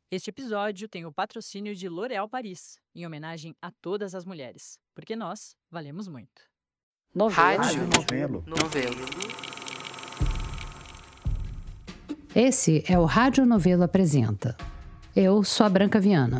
Este episódio tem o patrocínio de L'Oréal Paris, em homenagem a todas as mulheres, porque nós valemos muito. Rádio Novelo. Novelo. Esse é o Rádio Novelo Apresenta. Eu sou a Branca Viana.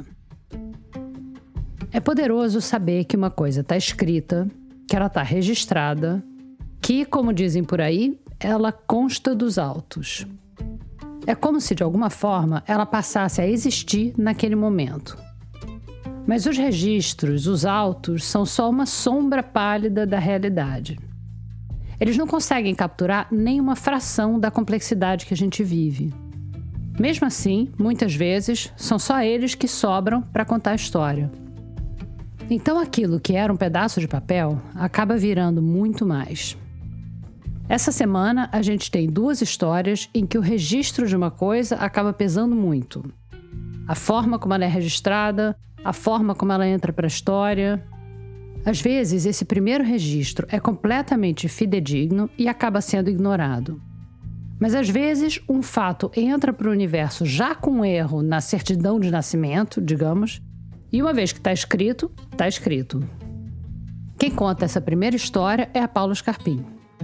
É poderoso saber que uma coisa está escrita, que ela está registrada, que, como dizem por aí, ela consta dos autos. É como se, de alguma forma, ela passasse a existir naquele momento. Mas os registros, os autos, são só uma sombra pálida da realidade. Eles não conseguem capturar nem uma fração da complexidade que a gente vive. Mesmo assim, muitas vezes, são só eles que sobram para contar a história. Então aquilo que era um pedaço de papel acaba virando muito mais. Essa semana a gente tem duas histórias em que o registro de uma coisa acaba pesando muito. A forma como ela é registrada, a forma como ela entra para a história. Às vezes, esse primeiro registro é completamente fidedigno e acaba sendo ignorado. Mas às vezes, um fato entra para o universo já com um erro na certidão de nascimento, digamos, e uma vez que está escrito, está escrito. Quem conta essa primeira história é a Paula Scarpim.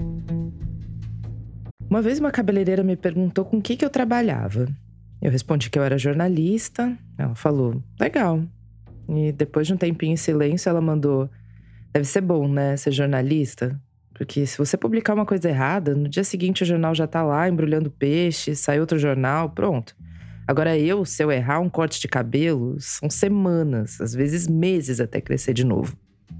Uma vez uma cabeleireira me perguntou com o que eu trabalhava. Eu respondi que eu era jornalista. Ela falou, legal. E depois de um tempinho em silêncio, ela mandou, deve ser bom, né, ser jornalista? Porque se você publicar uma coisa errada, no dia seguinte o jornal já tá lá embrulhando peixe, sai outro jornal, pronto. Agora se eu errar um corte de cabelo, são semanas, às vezes meses até crescer de novo.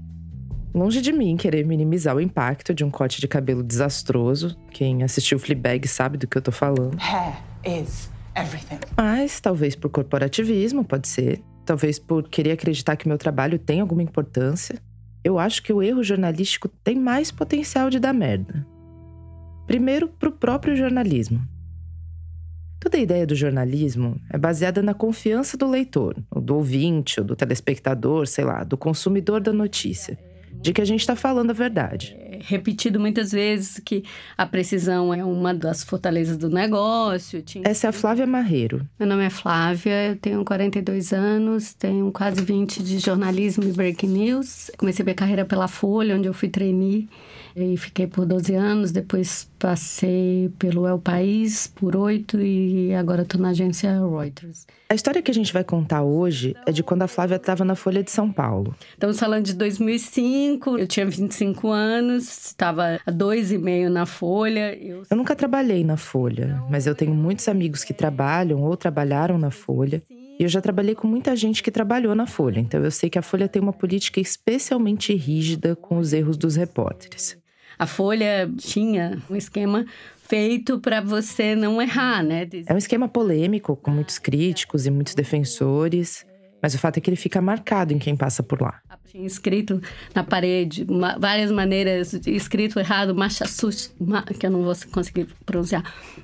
Longe de mim querer minimizar o impacto de um corte de cabelo desastroso. Quem assistiu Fleabag sabe do que eu tô falando. Hair is everything. Mas talvez por corporativismo, pode ser. Talvez por querer acreditar que meu trabalho tem alguma importância. Eu acho que o erro jornalístico tem mais potencial de dar merda. Primeiro, pro próprio jornalismo. Toda a ideia do jornalismo é baseada na confiança do leitor, ou do ouvinte, ou do telespectador, sei lá, do consumidor da notícia, de que a gente está falando a verdade. É repetido muitas vezes que a precisão é uma das fortalezas do negócio. Essa é a Flávia Marreiro. Meu nome é Flávia, eu tenho 42 anos, tenho quase 20 de jornalismo e breaking news. Comecei minha carreira pela Folha, onde eu fui trainee, e fiquei por 12 anos. Depois passei pelo El País por 8 e agora estou na agência Reuters. A história que a gente vai contar hoje é de quando a Flávia estava na Folha de São Paulo. Estamos falando de 2005, eu tinha 25 anos, estava há 2,5 na Folha. Eu nunca trabalhei na Folha, mas eu tenho muitos amigos que trabalham ou trabalharam na Folha. E eu já trabalhei com muita gente que trabalhou na Folha, então eu sei que a Folha tem uma política especialmente rígida com os erros dos repórteres. A Folha tinha um esquema feito para você não errar, né? É um esquema polêmico, com muitos críticos e muitos defensores, mas o fato é que ele fica marcado em quem passa por lá. Tinha escrito na parede, várias maneiras, escrito errado, Massachusetts, que eu não vou conseguir pronunciar,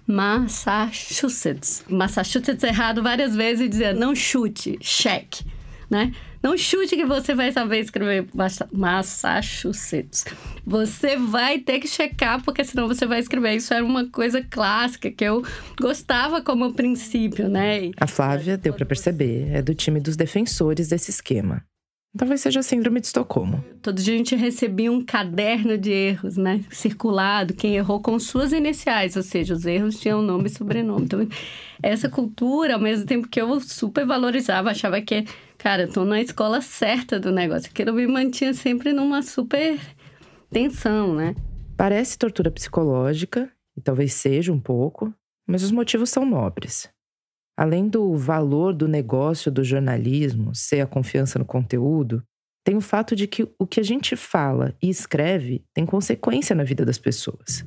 Massachusetts. Massachusetts errado várias vezes e dizia, não chute, cheque, né? Não chute que você vai saber escrever Massachusetts. Você vai ter que checar, porque senão você vai escrever. Isso era uma coisa clássica que eu gostava como princípio, né? A Flávia, deu para perceber, é do time dos defensores desse esquema. Talvez seja a síndrome de Estocolmo. Todo dia a gente recebia um caderno de erros, né? Circulado, quem errou com suas iniciais, ou seja, os erros tinham nome e sobrenome. Então, essa cultura, ao mesmo tempo que eu super valorizava, achava que, cara, eu tô na escola certa do negócio. Aquilo me mantinha sempre numa super tensão, né? Parece tortura psicológica, e talvez seja um pouco, mas os motivos são nobres. Além do valor do negócio do jornalismo, ser a confiança no conteúdo, tem o fato de que o que a gente fala e escreve tem consequência na vida das pessoas.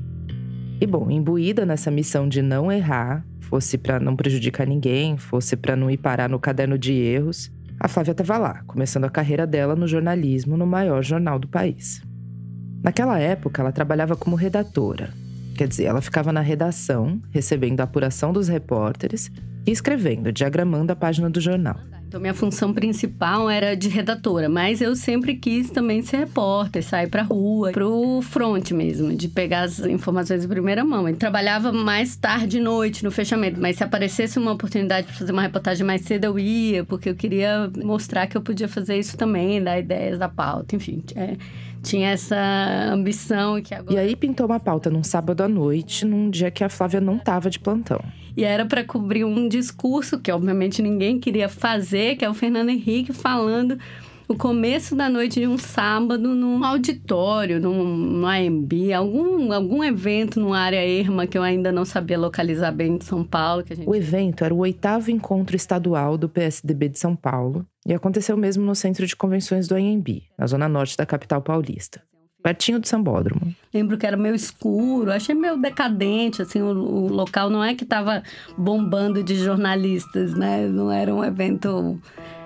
E bom, imbuída nessa missão de não errar, fosse para não prejudicar ninguém, fosse para não ir parar no caderno de erros, a Flávia estava lá, começando a carreira dela no jornalismo no maior jornal do país. Naquela época, ela trabalhava como redatora. Quer dizer, ela ficava na redação, recebendo a apuração dos repórteres e escrevendo, diagramando a página do jornal. Então, minha função principal era de redatora, mas eu sempre quis também ser repórter, sair pra rua, pro front mesmo, de pegar as informações de primeira mão. Eu trabalhava mais tarde e noite no fechamento, mas se aparecesse uma oportunidade para fazer uma reportagem mais cedo, eu ia, porque eu queria mostrar que eu podia fazer isso também, dar ideias da pauta, enfim. Tinha essa ambição que agora... E aí pintou uma pauta num sábado à noite, num dia que a Flávia não estava de plantão. E era para cobrir um discurso que, obviamente, ninguém queria fazer, que é o Fernando Henrique falando no começo da noite de um sábado num auditório, no AMB, algum evento numa área erma que eu ainda não sabia localizar bem de São Paulo. O evento era o 8º encontro estadual do PSDB de São Paulo e aconteceu mesmo no Centro de Convenções do AMB, na zona norte da capital paulista, pertinho do Sambódromo. Lembro que era meio escuro, achei meio decadente, assim, o local não é que estava bombando de jornalistas, né? Não era um evento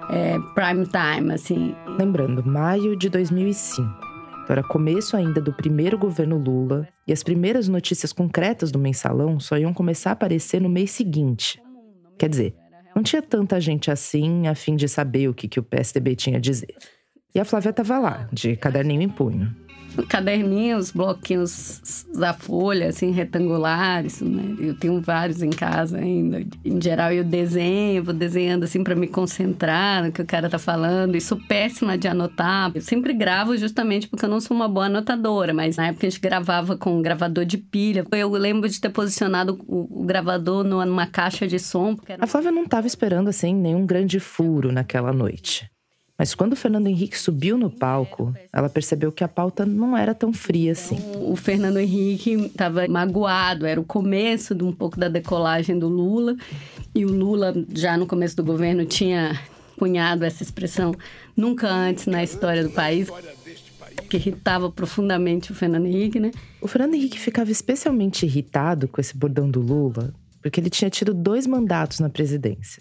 prime time, assim. Lembrando, maio de 2005. Então era começo ainda do primeiro governo Lula e as primeiras notícias concretas do mensalão só iam começar a aparecer no mês seguinte. Quer dizer, não tinha tanta gente assim a fim de saber o que o PSDB tinha a dizer. E a Flávia estava lá, de caderninho em punho. Caderninho, os bloquinhos da folha, assim, retangulares, né? Eu tenho vários em casa ainda. Em geral, eu vou desenhando, assim, para me concentrar no que o cara tá falando. Isso péssima de anotar. Eu sempre gravo justamente porque eu não sou uma boa anotadora, mas na época a gente gravava com um gravador de pilha. Eu lembro de ter posicionado o gravador numa caixa de som. A Flávia não estava esperando, assim, nenhum grande furo naquela noite. Mas quando o Fernando Henrique subiu no palco, ela percebeu que a pauta não era tão fria assim. O Fernando Henrique estava magoado, era o começo de um pouco da decolagem do Lula. E o Lula, já no começo do governo, tinha cunhado essa expressão nunca antes na história do país, que irritava profundamente o Fernando Henrique, né? O Fernando Henrique ficava especialmente irritado com esse bordão do Lula, porque ele tinha tido 2 mandatos na presidência.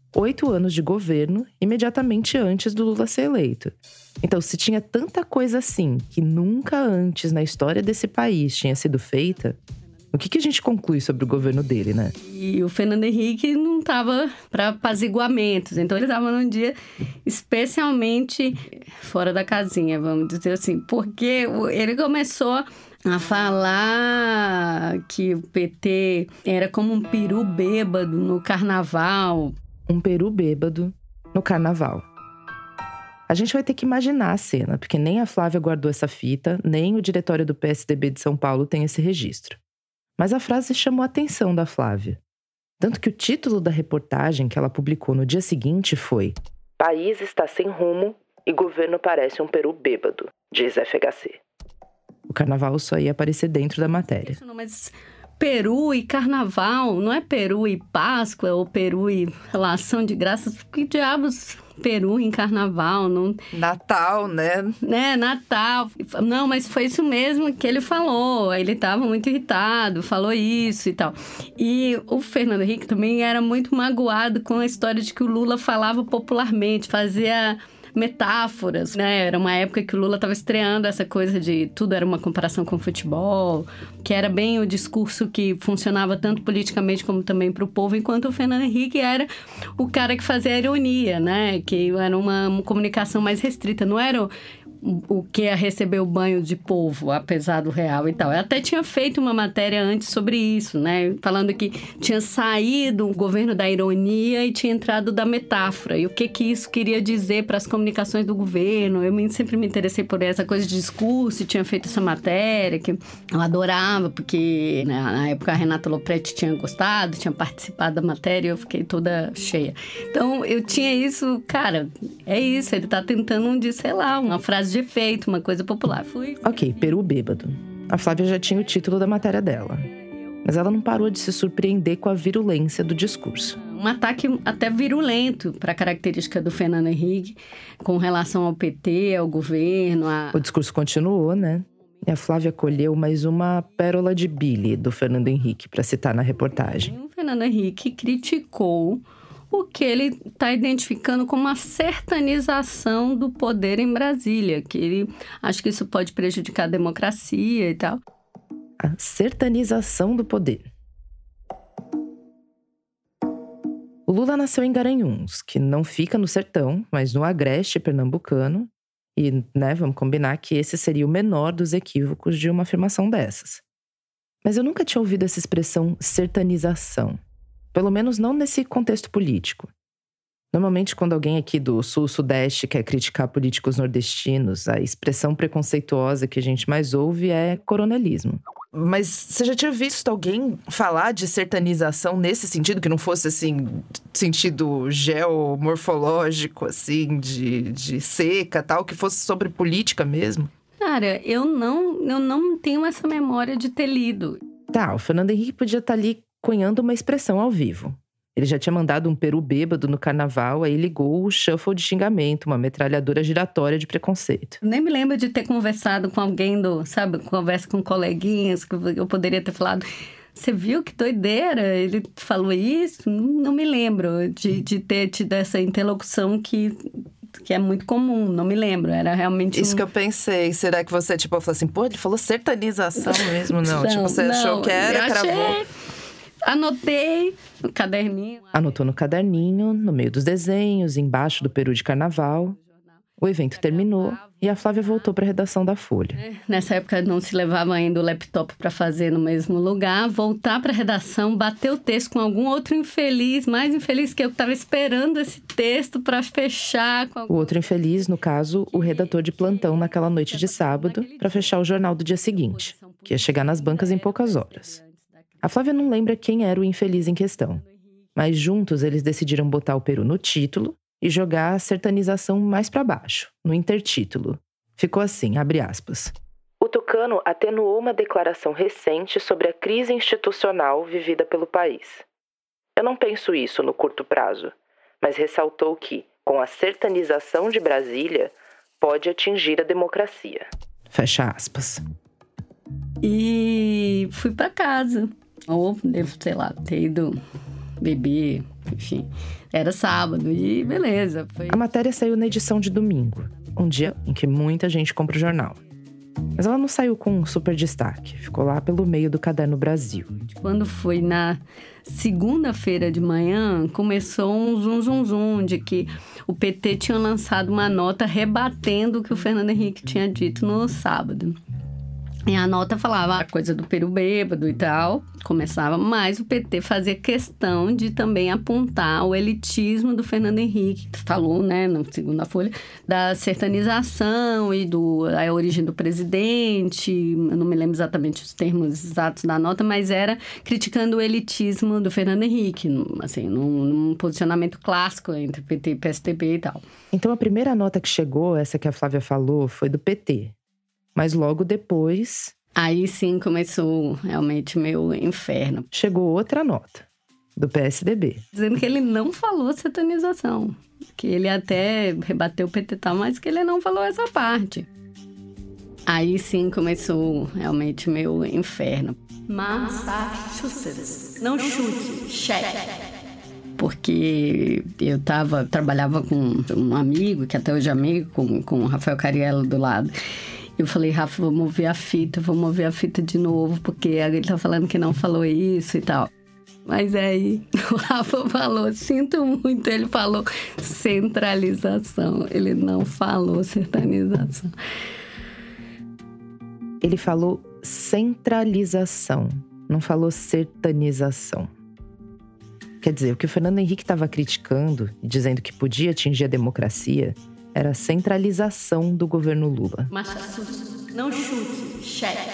8 anos de governo, imediatamente antes do Lula ser eleito. Então, se tinha tanta coisa assim, que nunca antes na história desse país tinha sido feita, o que a gente conclui sobre o governo dele, né? E o Fernando Henrique não estava para apaziguamentos, então ele estava num dia especialmente fora da casinha, vamos dizer assim, porque ele começou a falar que o PT era como um peru bêbado no carnaval. Um peru bêbado no carnaval. A gente vai ter que imaginar a cena, porque nem a Flávia guardou essa fita, nem o diretório do PSDB de São Paulo tem esse registro. Mas a frase chamou a atenção da Flávia. Tanto que o título da reportagem que ela publicou no dia seguinte foi: "País está sem rumo e governo parece um peru bêbado", diz FHC. O carnaval só ia aparecer dentro da matéria. Mas Peru e carnaval, não é Peru e Páscoa ou Peru e Ação de Graças? Que diabos Peru em carnaval? Não... Natal, né? Natal. Não, mas foi isso mesmo que ele falou. Ele estava muito irritado, falou isso e tal. E o Fernando Henrique também era muito magoado com a história de que o Lula falava popularmente, fazia metáforas, né? Era uma época que o Lula estava estreando essa coisa de tudo era uma comparação com futebol, que era bem o discurso que funcionava tanto politicamente como também para o povo, enquanto o Fernando Henrique era o cara que fazia a ironia, né? Que era uma comunicação mais restrita, não era o que é receber o banho de povo, apesar do real e tal. Eu até tinha feito uma matéria antes sobre isso, né? Falando que tinha saído o governo da ironia e tinha entrado da metáfora. E o que isso queria dizer para as comunicações do governo. Eu sempre me interessei por essa coisa de discurso e tinha feito essa matéria que eu adorava, porque né, na época a Renata Lopretti tinha gostado, tinha participado da matéria e eu fiquei toda cheia. Então, eu tinha isso, cara, é isso, ele tá tentando sei lá, uma frase de efeito, uma coisa popular. Ok, peru bêbado. A Flávia já tinha o título da matéria dela. Mas ela não parou de se surpreender com a virulência do discurso. Um ataque até virulento para a característica do Fernando Henrique com relação ao PT, ao governo. O discurso continuou, né? E a Flávia colheu mais uma pérola de bile do Fernando Henrique para citar na reportagem. O Fernando Henrique criticou o que ele está identificando como uma sertanização do poder em Brasília, que ele acha que isso pode prejudicar a democracia e tal. A sertanização do poder. O Lula nasceu em Garanhuns, que não fica no sertão, mas no agreste pernambucano. E, vamos combinar que esse seria o menor dos equívocos de uma afirmação dessas. Mas eu nunca tinha ouvido essa expressão sertanização. Pelo menos não nesse contexto político. Normalmente, quando alguém aqui do sul-sudeste quer criticar políticos nordestinos, a expressão preconceituosa que a gente mais ouve é coronelismo. Mas você já tinha visto alguém falar de sertanização nesse sentido? Que não fosse, assim, sentido geomorfológico, assim, de seca, tal, que fosse sobre política mesmo? Cara, eu não tenho essa memória de ter lido. Tá, o Fernando Henrique podia estar ali cunhando uma expressão ao vivo. Ele já tinha mandado um peru bêbado no carnaval, aí ligou o shuffle de xingamento, uma metralhadora giratória de preconceito. Nem me lembro de ter conversado com alguém conversa com coleguinhas, que eu poderia ter falado, você viu que doideira, ele falou isso? Não me lembro de ter tido essa interlocução que é muito comum, não me lembro, era realmente Isso que eu pensei, será que você, falou assim, pô, ele falou sertanização mesmo? Não, você achou que era, cravou... Anotei no caderninho. Anotou no caderninho, no meio dos desenhos, embaixo do peru de carnaval. O evento terminou e a Flávia voltou para a redação da Folha. Nessa época não se levava ainda o laptop para fazer no mesmo lugar. Voltar para a redação, bater o texto com algum outro infeliz, mais infeliz que eu, estava esperando esse texto para fechar. O outro infeliz, no caso, o redator de plantão naquela noite de sábado, para fechar o jornal do dia seguinte, que ia chegar nas bancas em poucas horas. A Flávia não lembra quem era o infeliz em questão, mas juntos eles decidiram botar o peru no título e jogar a sertanização mais para baixo, no intertítulo. Ficou assim, abre aspas. O Tucano atenuou uma declaração recente sobre a crise institucional vivida pelo país. Eu não penso isso no curto prazo, mas ressaltou que, com a sertanização de Brasília, pode atingir a democracia. Fecha aspas. E fui para casa. Ou devo, ter ido beber, enfim. Era sábado e beleza. A matéria saiu na edição de domingo, um dia em que muita gente compra o jornal. Mas ela não saiu com super destaque, ficou lá pelo meio do Caderno Brasil. Quando foi na segunda-feira de manhã, começou um zum de que o PT tinha lançado uma nota rebatendo o que o Fernando Henrique tinha dito no sábado. E a nota falava a coisa do peru bêbado e tal, começava, mas o PT fazia questão de também apontar o elitismo do Fernando Henrique, que falou, no segundo a Folha, da sertanização e a origem do presidente, eu não me lembro exatamente os termos exatos da nota, mas era criticando o elitismo do Fernando Henrique, assim, num posicionamento clássico entre PT e PSDB e tal. Então a primeira nota que chegou, essa que a Flávia falou, foi do PT. Mas logo depois... Aí sim começou realmente meu inferno. Chegou outra nota, do PSDB. Dizendo que ele não falou sertanização. Que ele até rebateu o PT e tal, mas que ele não falou essa parte. Aí sim começou realmente meu inferno. Massachusetts. Não chute, cheque. Porque eu trabalhava com um amigo, que até hoje é amigo, com o Rafael Cariello do lado. Eu falei, Rafa, vamos ouvir a fita de novo, porque ele tá falando que não falou isso e tal. Mas aí o Rafa falou, sinto muito, ele falou centralização, ele não falou sertanização. Ele falou centralização, não falou sertanização. Quer dizer, o que o Fernando Henrique estava criticando e dizendo que podia atingir a democracia era a centralização do governo Lula. Massachusetts, não chute, cheque.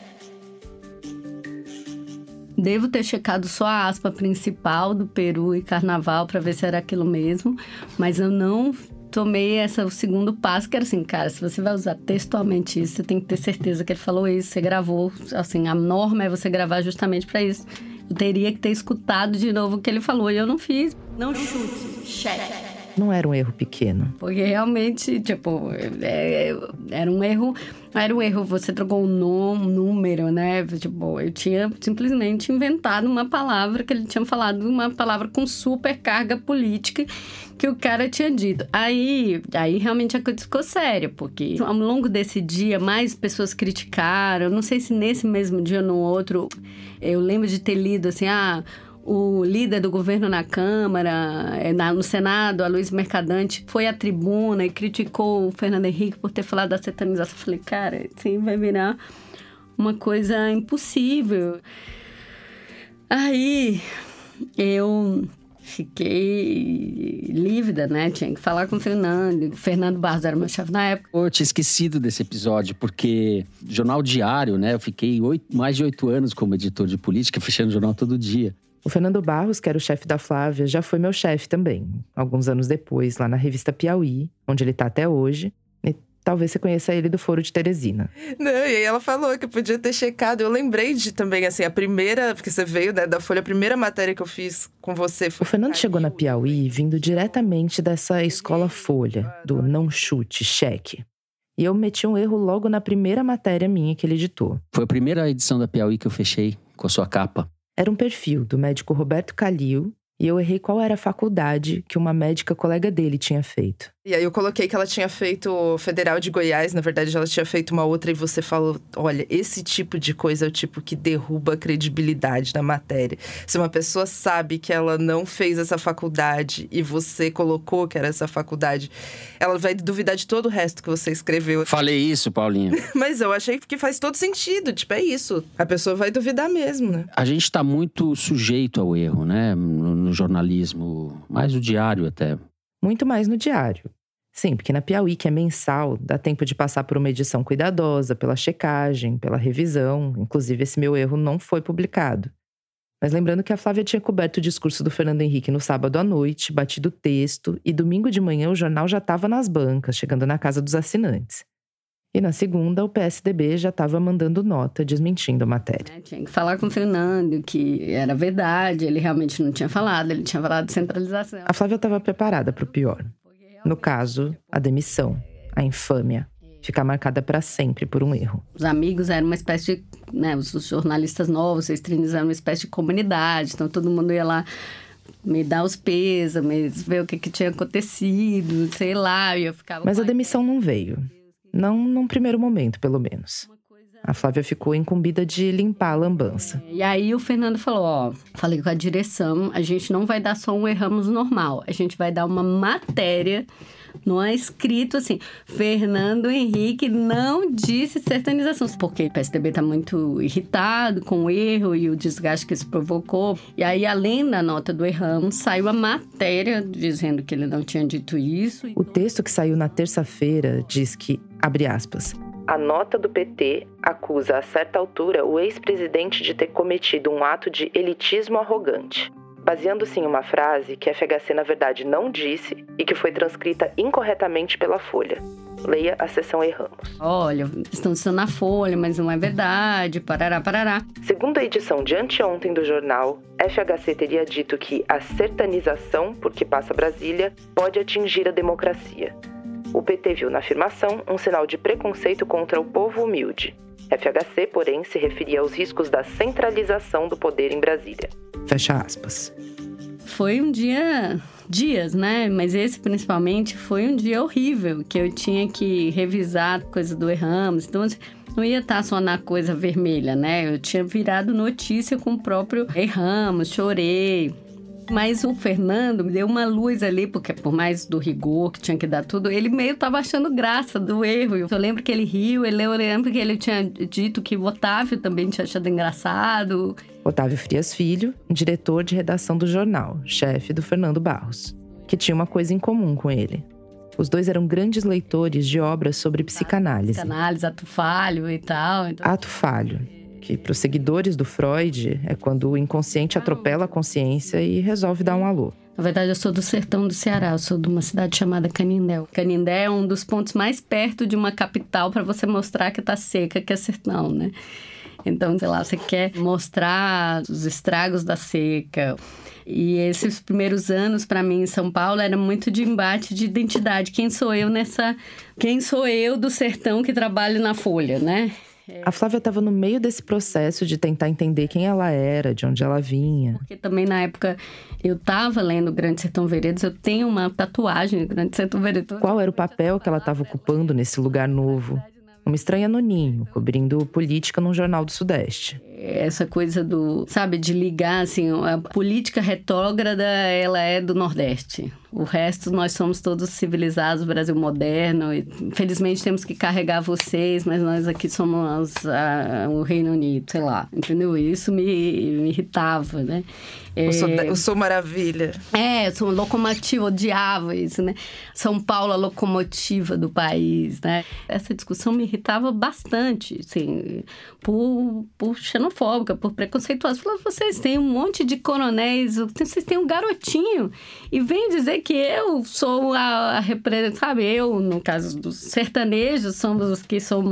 Devo ter checado só a aspa principal do Peru e Carnaval para ver se era aquilo mesmo, mas eu não tomei o segundo passo, que era assim, cara, se você vai usar textualmente isso, você tem que ter certeza que ele falou isso, você gravou, assim, a norma é você gravar justamente para isso. Eu teria que ter escutado de novo o que ele falou e eu não fiz. Não chute, cheque. Não era um erro pequeno. Porque realmente, era um erro, você trocou um número, né? Eu tinha simplesmente inventado uma palavra que ele tinha falado, uma palavra com super carga política que o cara tinha dito. Aí realmente a coisa ficou séria, porque ao longo desse dia, mais pessoas criticaram. Eu não sei se nesse mesmo dia ou no outro, eu lembro de ter lido assim, O líder do governo na Câmara, no Senado, Aloysio Mercadante, foi à tribuna e criticou o Fernando Henrique por ter falado da sertanização. Eu falei, cara, assim vai virar uma coisa impossível. Aí eu fiquei lívida, né? Tinha que falar com o Fernando. O Fernando Barros era meu chefe na época. Eu tinha esquecido desse episódio, porque jornal diário, né? Eu fiquei mais de 8 anos como editor de política, fechando o jornal todo dia. O Fernando Barros, que era o chefe da Flávia, já foi meu chefe também. Alguns anos depois, lá na revista Piauí, onde ele tá até hoje. E talvez você conheça ele do Foro de Teresina. Não, e aí ela falou que eu podia ter checado. Eu lembrei de também, assim, a primeira… Porque você veio, né, da Folha. A primeira matéria que eu fiz com você foi… O Fernando chegou na Piauí vindo diretamente dessa escola Folha, do não chute, cheque. E eu meti um erro logo na primeira matéria minha que ele editou. Foi a primeira edição da Piauí que eu fechei com a sua capa. Era um perfil do médico Roberto Calil e eu errei qual era a faculdade que uma médica colega dele tinha feito. E aí eu coloquei que ela tinha feito Federal de Goiás, na verdade ela tinha feito uma outra e você falou, olha, esse tipo de coisa é o tipo que derruba a credibilidade da matéria. Se uma pessoa sabe que ela não fez essa faculdade e você colocou que era essa faculdade, ela vai duvidar de todo o resto que você escreveu. Falei isso, Paulinha. Mas eu achei que faz todo sentido, tipo, é isso. A pessoa vai duvidar mesmo, né? A gente tá muito sujeito ao erro, né? No jornalismo, mais no diário até. Muito mais no diário. Sim, porque na Piauí, que é mensal, dá tempo de passar por uma edição cuidadosa, pela checagem, pela revisão. Inclusive, esse meu erro não foi publicado. Mas lembrando que a Flávia tinha coberto o discurso do Fernando Henrique no sábado à noite, batido o texto, e domingo de manhã o jornal já estava nas bancas, chegando na casa dos assinantes. E na segunda, o PSDB já estava mandando nota, desmentindo a matéria. Tinha que falar com o Fernando, que era verdade, ele realmente não tinha falado, ele tinha falado de centralização. A Flávia estava preparada para o pior. No caso, a demissão, a infâmia, ficar marcada para sempre por um erro. Os amigos eram uma espécie de, né, os jornalistas novos, os extremes eram uma espécie de comunidade, então todo mundo ia lá me dar os pêsames, ver o que tinha acontecido, sei lá, e eu ficava… Mas a demissão não veio. Não num primeiro momento, pelo menos. A Flávia ficou incumbida de limpar a lambança. E aí o Fernando falou, falei com a direção, a gente não vai dar só um erramos normal, a gente vai dar uma matéria, não é escrito assim, Fernando Henrique não disse sertanização, porque o PSDB está muito irritado com o erro e o desgaste que isso provocou. E aí, além da nota do erramos, saiu a matéria dizendo que ele não tinha dito isso. O texto que saiu na terça-feira diz que, abre aspas, a nota do PT acusa a certa altura o ex-presidente de ter cometido um ato de elitismo arrogante, baseando-se em uma frase que a FHC na verdade não disse e que foi transcrita incorretamente pela Folha. Leia a seção erramos. Olha, estão dizendo na Folha, mas não é verdade, parará, parará. Segundo a edição de anteontem do jornal, FHC teria dito que a sertanização, por que passa Brasília, pode atingir a democracia. O PT viu na afirmação um sinal de preconceito contra o povo humilde. FHC, porém, se referia aos riscos da centralização do poder em Brasília. Fecha aspas. Foi um dias, né? Mas esse, principalmente, foi um dia horrível, que eu tinha que revisar a coisa do erramos. Então, não ia estar só na coisa vermelha, né? Eu tinha virado notícia com o próprio erramos, chorei. Mas o Fernando me deu uma luz ali, porque por mais do rigor que tinha que dar tudo, ele meio tava achando graça do erro. Eu lembro que ele riu, eu lembro que ele tinha dito que o Otávio também tinha achado engraçado. Otávio Frias Filho, diretor de redação do jornal, chefe do Fernando Barros, que tinha uma coisa em comum com ele. Os dois eram grandes leitores de obras sobre psicanálise. Psicanálise, ato falho e tal. Então… Ato falho, que para os seguidores do Freud é quando o inconsciente atropela a consciência e resolve dar um alô. Na verdade, eu sou do sertão do Ceará, eu sou de uma cidade chamada Canindé. Canindé é um dos pontos mais perto de uma capital para você mostrar que tá seca, que é sertão, né? Então, sei lá, você quer mostrar os estragos da seca. E esses primeiros anos, para mim, em São Paulo, era muito de embate de identidade. Quem sou eu do sertão que trabalha na Folha, né? A Flávia estava no meio desse processo de tentar entender quem ela era, de onde ela vinha. Porque também, na época, eu estava lendo Grande Sertão Veredas, eu tenho uma tatuagem de Grande Sertão Veredas. Qual era o papel que ela estava ocupando nesse lugar novo? Uma estranha no ninho, cobrindo política num jornal do Sudeste. Essa coisa de ligar, assim, a política retrógrada, ela é do Nordeste. O resto, nós somos todos civilizados, Brasil moderno. E, infelizmente, temos que carregar vocês, mas nós aqui somos o Reino Unido, sei lá. Entendeu? Isso me irritava, né? Eu sou maravilha. Eu sou locomotiva, odiava isso, né? São Paulo, a locomotiva do país, né? Essa discussão me irritava bastante, assim, por xenofóbica, por preconceituosa. Falava, vocês têm um monte de coronéis, vocês têm um garotinho, e vem dizer que eu sou a representante, sabe? Eu, no caso dos sertanejos, somos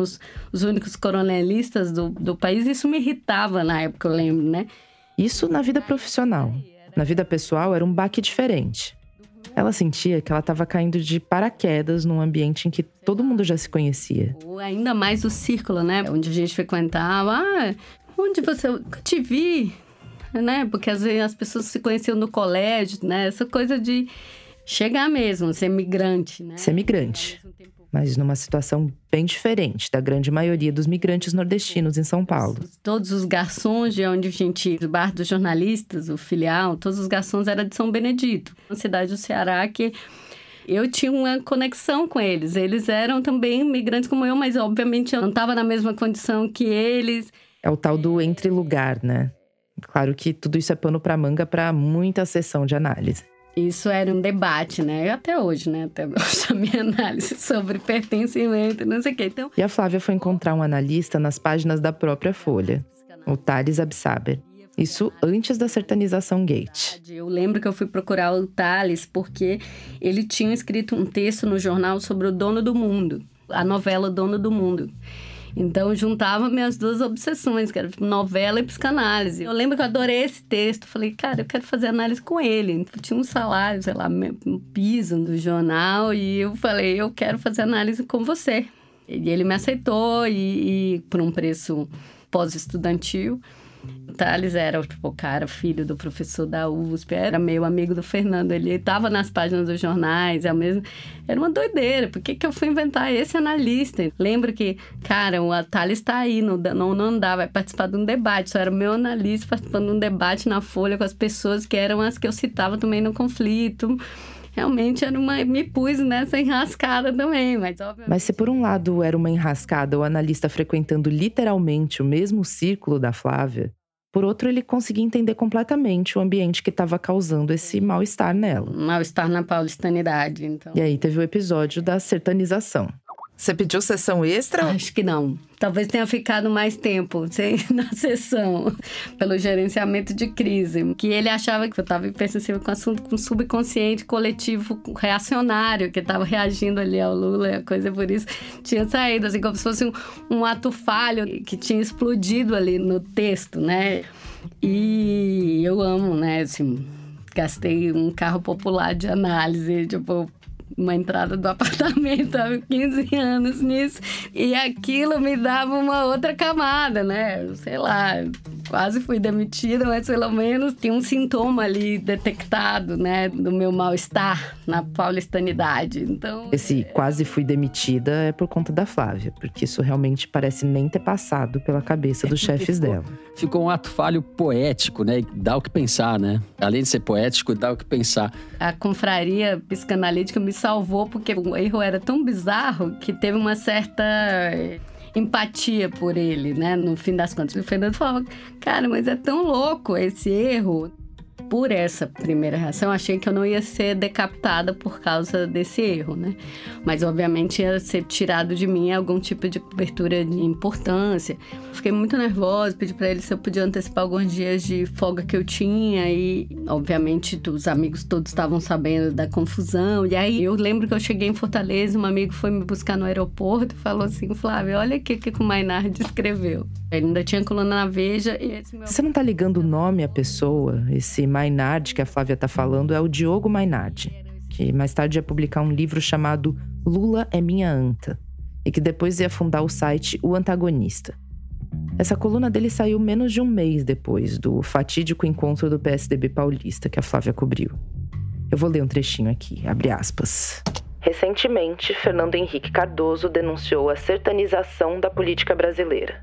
os únicos coronelistas do país. Isso me irritava na época, eu lembro, né? Isso na vida profissional. Na vida pessoal era um baque diferente. Ela sentia que ela estava caindo de paraquedas num ambiente em que todo mundo já se conhecia. Ainda mais o círculo, né? Onde a gente frequentava. Onde eu te vi, né? Porque às vezes as pessoas se conheciam no colégio, né? Essa coisa de chegar mesmo, ser migrante, né? Ser migrante. Mas numa situação bem diferente da grande maioria dos migrantes nordestinos em São Paulo. Todos os garçons de onde a gente... O bar dos jornalistas, o filial, todos os garçons eram de São Benedito. Uma cidade do Ceará que eu tinha uma conexão com eles. Eles eram também migrantes como eu, mas obviamente eu não estava na mesma condição que eles. É o tal do entre-lugar, né? Claro que tudo isso é pano para manga para muita sessão de análise. Isso era um debate, né? Até hoje, né? Até hoje a minha análise sobre pertencimento, não sei o quê. Então... E a Flávia foi encontrar um analista nas páginas da própria Folha, o Thales Absaber. Isso antes da sertanização Gate. Eu lembro que eu fui procurar o Thales porque ele tinha escrito um texto no jornal sobre o Dono do Mundo, a novela Dono do Mundo. Então, eu juntava minhas duas obsessões, que era novela e psicanálise. Eu lembro que eu adorei esse texto. Falei, cara, eu quero fazer análise com ele. Tinha um salário, sei lá, um piso do jornal. E eu falei, eu quero fazer análise com você. E ele me aceitou e por um preço pós-estudantil. O Thales era, o cara, filho do professor da USP, era meio amigo do Fernando. Ele estava nas páginas dos jornais, era uma doideira. Por que eu fui inventar esse analista? Lembro que, cara, o Thales está aí, não dá, vai participar de um debate. Só era o meu analista participando de um debate na Folha com as pessoas que eram as que eu citava também no conflito. Realmente me pus nessa enrascada também, mas obviamente... Mas se por um lado era uma enrascada, o analista frequentando literalmente o mesmo círculo da Flávia, por outro ele conseguia entender completamente o ambiente que estava causando esse mal-estar nela. Mal-estar na paulistanidade, então. E aí teve o episódio da sertanização. Você pediu sessão extra? Acho que não. Talvez tenha ficado mais tempo na sessão, pelo gerenciamento de crise. Que ele achava que eu estava hipersensível com o assunto, com o subconsciente coletivo reacionário, que estava reagindo ali ao Lula e a coisa, por isso tinha saído, assim, como se fosse um ato falho que tinha explodido ali no texto, né? E eu amo, né, assim, gastei um carro popular de análise, tipo... uma entrada do apartamento há 15 anos nisso. E aquilo me dava uma outra camada, né? Sei lá, quase fui demitida, mas pelo menos tinha um sintoma ali detectado, né? Do meu mal-estar na paulistanidade. Então... Esse quase fui demitida é por conta da Flávia, porque isso realmente parece nem ter passado pela cabeça dos chefes dela. Ficou um ato falho poético, né? Dá o que pensar, né? Além de ser poético, dá o que pensar. A confraria psicanalítica me salvou porque o erro era tão bizarro que teve uma certa empatia por ele, né? No fim das contas. O Fernando falava, cara, mas é tão louco esse erro. Por essa primeira reação, eu achei que eu não ia ser decapitada por causa desse erro, né? Mas, obviamente, ia ser tirado de mim algum tipo de cobertura de importância. Fiquei muito nervosa, pedi pra ele se eu podia antecipar alguns dias de folga que eu tinha. E, obviamente, os amigos todos estavam sabendo da confusão. E aí, eu lembro que eu cheguei em Fortaleza, um amigo foi me buscar no aeroporto e falou assim, Flávia, olha aqui o que o Maynard escreveu. Ele ainda tinha coluna na Veja e esse meu... Você não tá ligando o nome à pessoa? Esse Maynard que a Flávia tá falando é o Diogo Maynard, que mais tarde ia publicar um livro chamado Lula é Minha Anta, e que depois ia fundar o site O Antagonista. Essa coluna dele saiu menos de um mês depois do fatídico encontro do PSDB paulista que a Flávia cobriu. Eu vou ler um trechinho aqui, abre aspas. Recentemente, Fernando Henrique Cardoso denunciou a sertanização da política brasileira.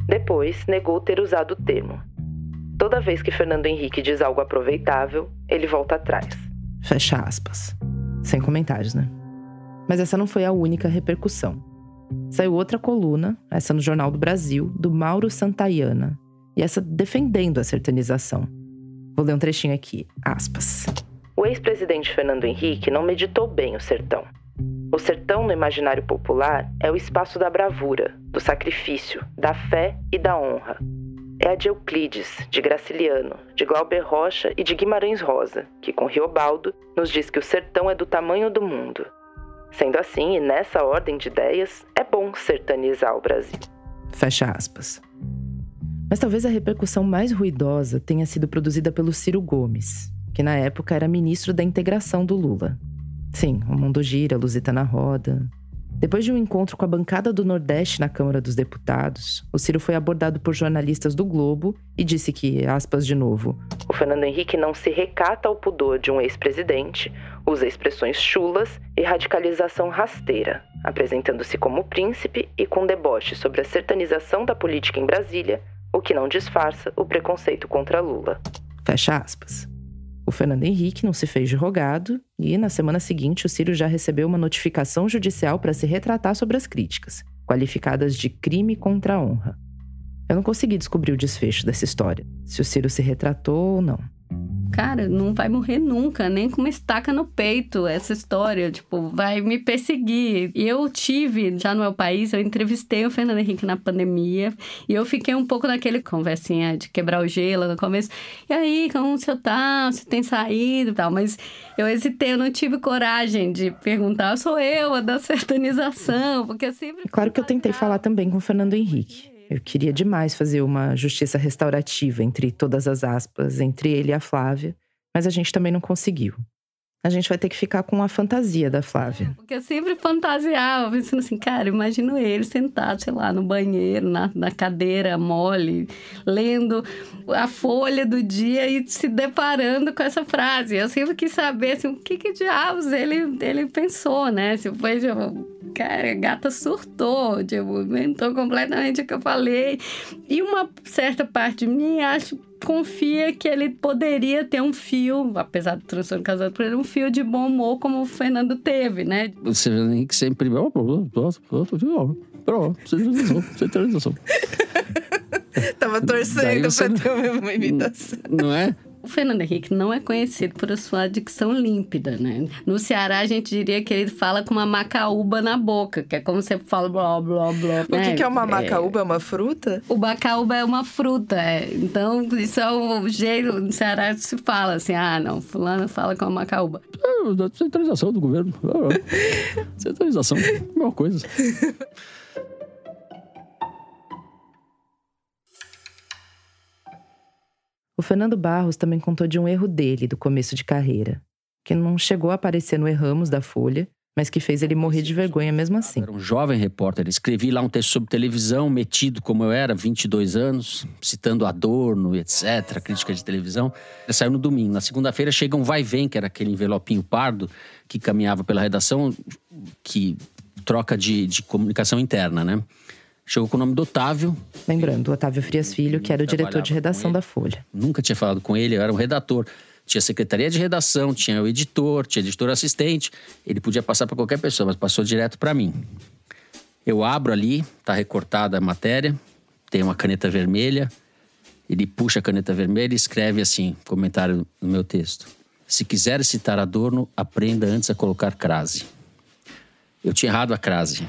Depois, negou ter usado o termo. Toda vez que Fernando Henrique diz algo aproveitável, ele volta atrás. Fecha aspas. Sem comentários, né? Mas essa não foi a única repercussão. Saiu outra coluna, essa no Jornal do Brasil, do Mauro Santayana, e essa defendendo a sertanização. Vou ler um trechinho aqui, aspas. O ex-presidente Fernando Henrique não meditou bem o sertão. O sertão, no imaginário popular, é o espaço da bravura, do sacrifício, da fé e da honra. É a de Euclides, de Graciliano, de Glauber Rocha e de Guimarães Rosa, que com Riobaldo nos diz que o sertão é do tamanho do mundo. Sendo assim, e nessa ordem de ideias, é bom sertanizar o Brasil. Fecha aspas. Mas talvez a repercussão mais ruidosa tenha sido produzida pelo Ciro Gomes, que na época era ministro da integração do Lula. Sim, o mundo gira, a Luzita na roda. Depois de um encontro com a bancada do Nordeste na Câmara dos Deputados, o Ciro foi abordado por jornalistas do Globo e disse que, aspas de novo, o Fernando Henrique não se recata ao pudor de um ex-presidente, usa expressões chulas e radicalização rasteira, apresentando-se como príncipe e com deboche sobre a sertanização da política em Brasília, o que não disfarça o preconceito contra Lula. Fecha aspas. O Fernando Henrique não se fez de rogado e, na semana seguinte, o Ciro já recebeu uma notificação judicial para se retratar sobre as críticas, qualificadas de crime contra a honra. Eu não consegui descobrir o desfecho dessa história, se o Ciro se retratou ou não. Cara, não vai morrer nunca, nem com uma estaca no peito, essa história, tipo, vai me perseguir. E eu tive, já no meu país, eu entrevistei o Fernando Henrique na pandemia, e eu fiquei um pouco naquele conversinha de quebrar o gelo no começo. E aí, como você tá? Você tem saído e tal? Mas eu hesitei, eu não tive coragem de perguntar, sou eu a da sertanização, porque eu sempre... Claro que eu tentei falar também com o Fernando Henrique. Eu queria demais fazer uma justiça restaurativa entre todas as aspas, entre ele e a Flávia, mas a gente também não conseguiu. A gente vai ter que ficar com a fantasia da Flávia. Porque eu sempre fantasiava, pensando assim, cara, imagino ele sentado, sei lá, no banheiro, na cadeira mole, lendo a folha do dia e se deparando com essa frase. Eu sempre quis saber, assim, o que diabos ele pensou, né? Se foi, tipo, cara, a gata surtou, tipo, inventou completamente o que eu falei. E uma certa parte de mim, confia que ele poderia ter um fio, apesar do transtorno casado por ele, um fio de bom humor como o Fernando teve, né? Você tem que sempre... Centralização. Tava torcendo pra ter uma imitação. Não é? O Fernando Henrique não é conhecido por a sua dicção límpida, né? No Ceará, a gente diria que ele fala com uma macaúba na boca, que é como você fala blá, blá, blá. O que é uma macaúba? É uma fruta? O macaúba é uma fruta, Então, isso é o jeito, no Ceará se fala assim, não, fulano fala com a macaúba. Centralização do governo. Centralização, mesma coisa. O Fernando Barros também contou de um erro dele do começo de carreira, que não chegou a aparecer no Erramos da Folha, mas que fez ele morrer de vergonha mesmo assim. Eu era um jovem repórter, escrevi lá um texto sobre televisão, metido como eu era, 22 anos, citando Adorno, etc., crítica de televisão. Saiu no domingo. Na segunda-feira chega um vai-vem, que era aquele envelopinho pardo que caminhava pela redação, que troca de comunicação interna, né? Chegou com o nome do Otávio. Lembrando, o Otávio Frias Filho, que era o diretor de redação da Folha. Nunca tinha falado com ele, eu era um redator. Tinha secretaria de redação, tinha o editor, tinha editor assistente. Ele podia passar para qualquer pessoa, mas passou direto para mim. Eu abro ali, tá recortada a matéria, tem uma caneta vermelha. Ele puxa a caneta vermelha e escreve assim, comentário no meu texto. Se quiser citar Adorno, aprenda antes a colocar crase. Eu tinha errado a crase.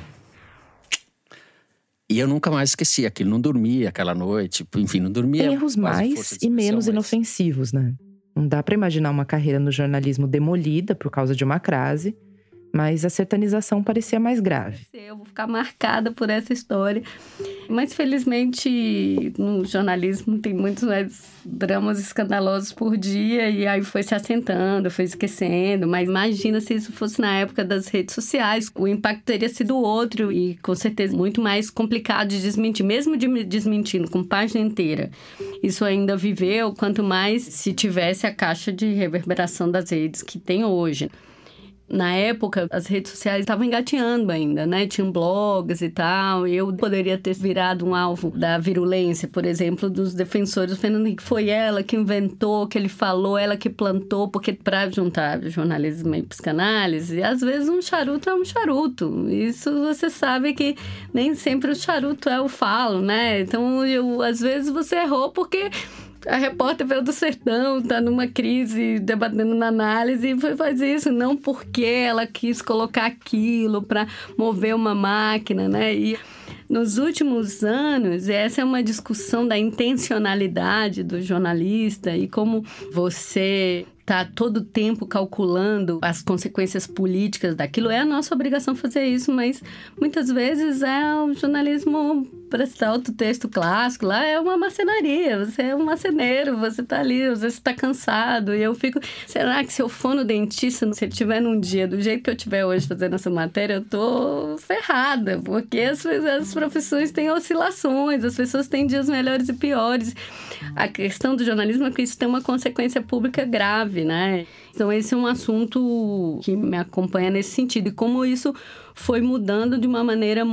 E eu nunca mais esqueci aquilo, não dormia aquela noite, enfim, não dormia. Tem erros mais e menos inofensivos, né? Não dá pra imaginar uma carreira no jornalismo demolida por causa de uma crase, mas a sertanização parecia mais grave. Eu vou ficar marcada por essa história. Mas, felizmente, no jornalismo tem muitos mais dramas escandalosos por dia. E aí foi se assentando, foi esquecendo. Mas imagina se isso fosse na época das redes sociais. O impacto teria sido outro e, com certeza, muito mais complicado de desmentir. Mesmo desmentindo com página inteira, isso ainda viveu, quanto mais se tivesse a caixa de reverberação das redes que tem hoje. Na época, as redes sociais estavam engateando ainda, né? Tinham blogs e tal. Eu poderia ter virado um alvo da virulência, por exemplo, dos defensores do Fernando Henrique. Foi ela que inventou, que ele falou, ela que plantou, porque para juntar jornalismo e psicanálise, às vezes um charuto é um charuto. Isso você sabe que nem sempre o charuto é o falo, né? Então, às vezes você errou porque a repórter veio do sertão, tá numa crise, debatendo na análise e faz isso, não porque ela quis colocar aquilo para mover uma máquina, né? E nos últimos anos, essa é uma discussão da intencionalidade do jornalista e como você está todo o tempo calculando as consequências políticas daquilo. É a nossa obrigação fazer isso, mas muitas vezes é o jornalismo prestar outro texto clássico. Lá é uma marcenaria, você é um marceneiro, você está ali, às vezes está cansado. E eu fico, será que se eu for no dentista, se ele estiver num dia do jeito que eu estiver hoje fazendo essa matéria, eu tô ferrada, porque as profissões têm oscilações, as pessoas têm dias melhores e piores. A questão do jornalismo é que isso tem uma consequência pública grave, né? Então, esse é um assunto que me acompanha nesse sentido. E como isso foi mudando de uma maneira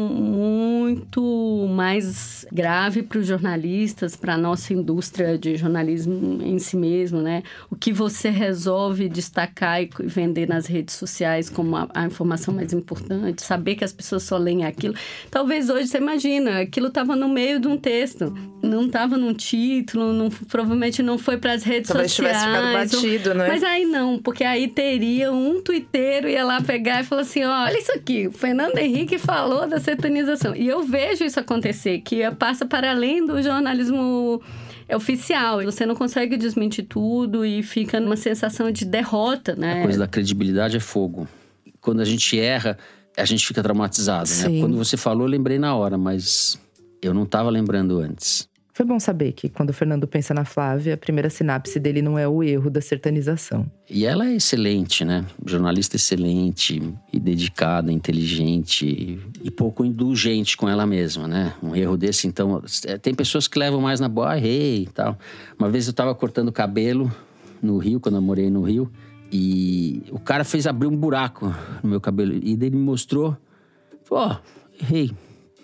muito mais grave para os jornalistas, para a nossa indústria de jornalismo em si mesmo, né? O que você resolve destacar e vender nas redes sociais como a informação mais importante, saber que as pessoas só leem aquilo. Talvez hoje, você imagina, aquilo estava no meio de um texto, não estava num título, provavelmente não foi para as redes Talvez sociais. Talvez tivesse ficado batido, né? Mas aí não, porque aí teria um tuiteiro ia lá pegar e falar assim, olha isso aqui, o Fernando Henrique falou da sertanização. E eu vejo isso acontecer, que passa para além do jornalismo oficial. Você não consegue desmentir tudo e fica numa sensação de derrota, né? A coisa da credibilidade é fogo. Quando a gente erra, a gente fica traumatizado, né? Quando você falou, eu lembrei na hora, mas eu não estava lembrando antes. Foi bom saber que quando o Fernando pensa na Flávia, a primeira sinapse dele não é o erro da sertanização. E ela é excelente, né? Jornalista excelente e dedicada, inteligente e pouco indulgente com ela mesma, né? Um erro desse, então... Tem pessoas que levam mais na boa, errei e tal. Uma vez eu tava cortando cabelo no Rio, quando eu morei no Rio. E o cara fez abrir um buraco no meu cabelo. E daí ele me mostrou. Falou, errei.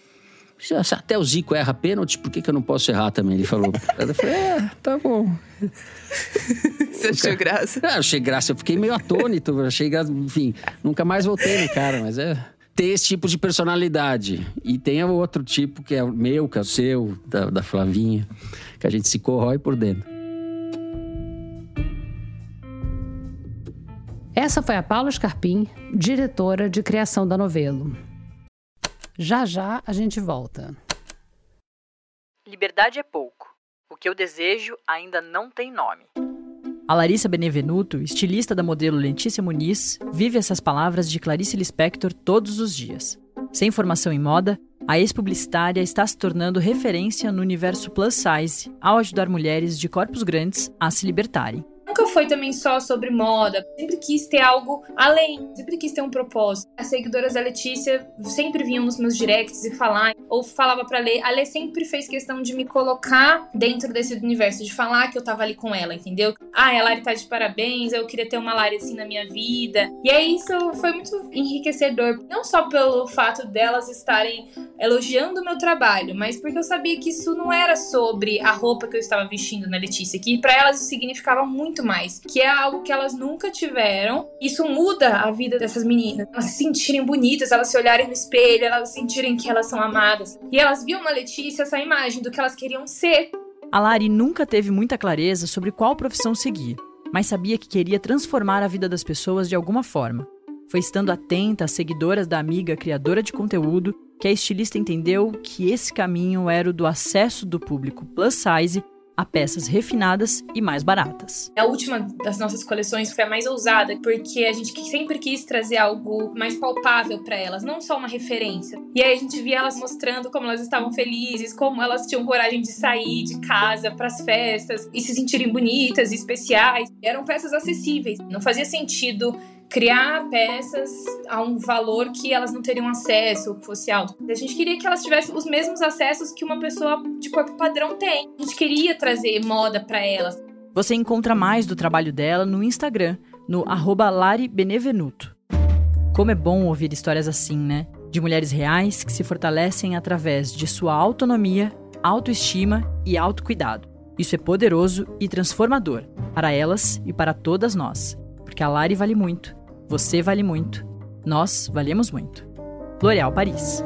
Até o Zico erra pênalti, por que eu não posso errar também? Ele falou. Eu falei, tá bom. Você achou graça? Eu achei graça, eu fiquei meio atônito, achei graça, enfim, nunca mais voltei no cara, mas tem esse tipo de personalidade. E tem o outro tipo, que é o meu, que é o seu, da Flavinha, que a gente se corrói por dentro. Essa foi a Paula Scarpim, diretora de criação da Novelo. Já a gente volta. Liberdade é pouco. O que eu desejo ainda não tem nome. A Larissa Benevenuto, estilista da modelo Letícia Muniz, vive essas palavras de Clarice Lispector todos os dias. Sem formação em moda, a ex-publicitária está se tornando referência no universo plus size ao ajudar mulheres de corpos grandes a se libertarem. Nunca foi também só sobre moda, sempre quis ter algo além, sempre quis ter um propósito. As seguidoras da Letícia sempre vinham nos meus directs e falar, ou falava pra Lê. A Lê sempre fez questão de me colocar dentro desse universo, de falar que eu tava ali com ela, entendeu? A Lari tá de parabéns, eu queria ter uma Lari assim na minha vida. E aí isso foi muito enriquecedor, não só pelo fato delas estarem elogiando o meu trabalho, mas porque eu sabia que isso não era sobre a roupa que eu estava vestindo na Letícia, que pra elas isso significava muito mais, que é algo que elas nunca tiveram. Isso muda a vida dessas meninas, elas se sentirem bonitas, elas se olharem no espelho, elas sentirem que elas são amadas, e elas viam na Letícia essa imagem do que elas queriam ser. A Lari nunca teve muita clareza sobre qual profissão seguir, mas sabia que queria transformar a vida das pessoas de alguma forma. Foi estando atenta às seguidoras da amiga criadora de conteúdo que a estilista entendeu que esse caminho era o do acesso do público plus size a peças refinadas e mais baratas. A última das nossas coleções foi a mais ousada, porque a gente sempre quis trazer algo mais palpável para elas, não só uma referência. E aí a gente via elas mostrando como elas estavam felizes, como elas tinham coragem de sair de casa para as festas e se sentirem bonitas e especiais. Eram peças acessíveis, não fazia sentido criar peças a um valor que elas não teriam acesso, ou que fosse alto. A gente queria que elas tivessem os mesmos acessos que uma pessoa de corpo padrão tem. A gente queria trazer moda para elas. Você encontra mais do trabalho dela no Instagram, no @LariBenevenuto. Como é bom ouvir histórias assim, né? De mulheres reais que se fortalecem através de sua autonomia, autoestima e autocuidado. Isso é poderoso e transformador para elas e para todas nós. Porque a Lari vale muito, você vale muito, nós valemos muito. L'Oréal Paris.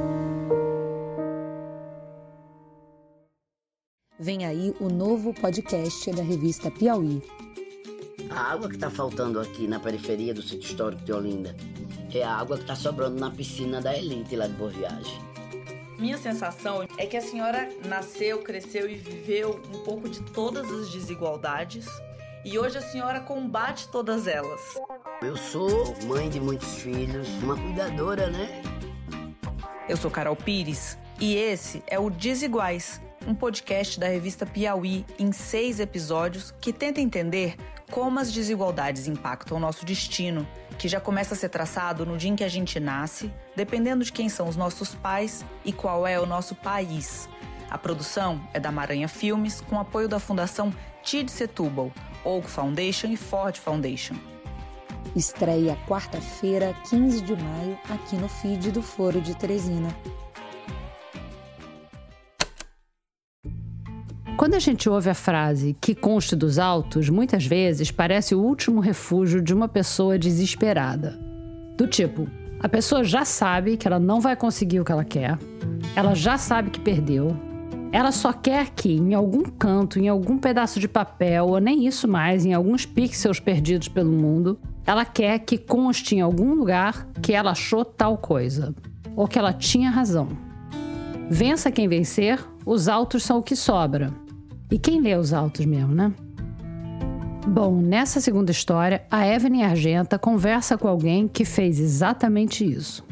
Vem aí o novo podcast da revista Piauí. A água que está faltando aqui na periferia do sítio histórico de Olinda é a água que está sobrando na piscina da Elite lá de Boa Viagem. Minha sensação é que a senhora nasceu, cresceu e viveu um pouco de todas as desigualdades e hoje a senhora combate todas elas. Eu sou mãe de muitos filhos, uma cuidadora, né? Eu sou Carol Pires e esse é o Desiguais, um podcast da revista Piauí em 6 episódios que tenta entender como as desigualdades impactam o nosso destino, que já começa a ser traçado no dia em que a gente nasce, dependendo de quem são os nossos pais e qual é o nosso país. A produção é da Maranha Filmes, com apoio da Fundação TID Setúbal, Oak Foundation e Ford Foundation. Estreia quarta-feira, 15 de maio, aqui no feed do Foro de Teresina. Quando a gente ouve a frase "que conste dos autos", muitas vezes parece o último refúgio de uma pessoa desesperada. Do tipo, a pessoa já sabe que ela não vai conseguir o que ela quer, ela já sabe que perdeu, ela só quer que, em algum canto, em algum pedaço de papel, ou nem isso mais, em alguns pixels perdidos pelo mundo, ela quer que conste em algum lugar que ela achou tal coisa, ou que ela tinha razão. Vença quem vencer, os autos são o que sobra. E quem lê os autos mesmo, né? Bom, nessa segunda história, a Evelyn Argenta conversa com alguém que fez exatamente isso.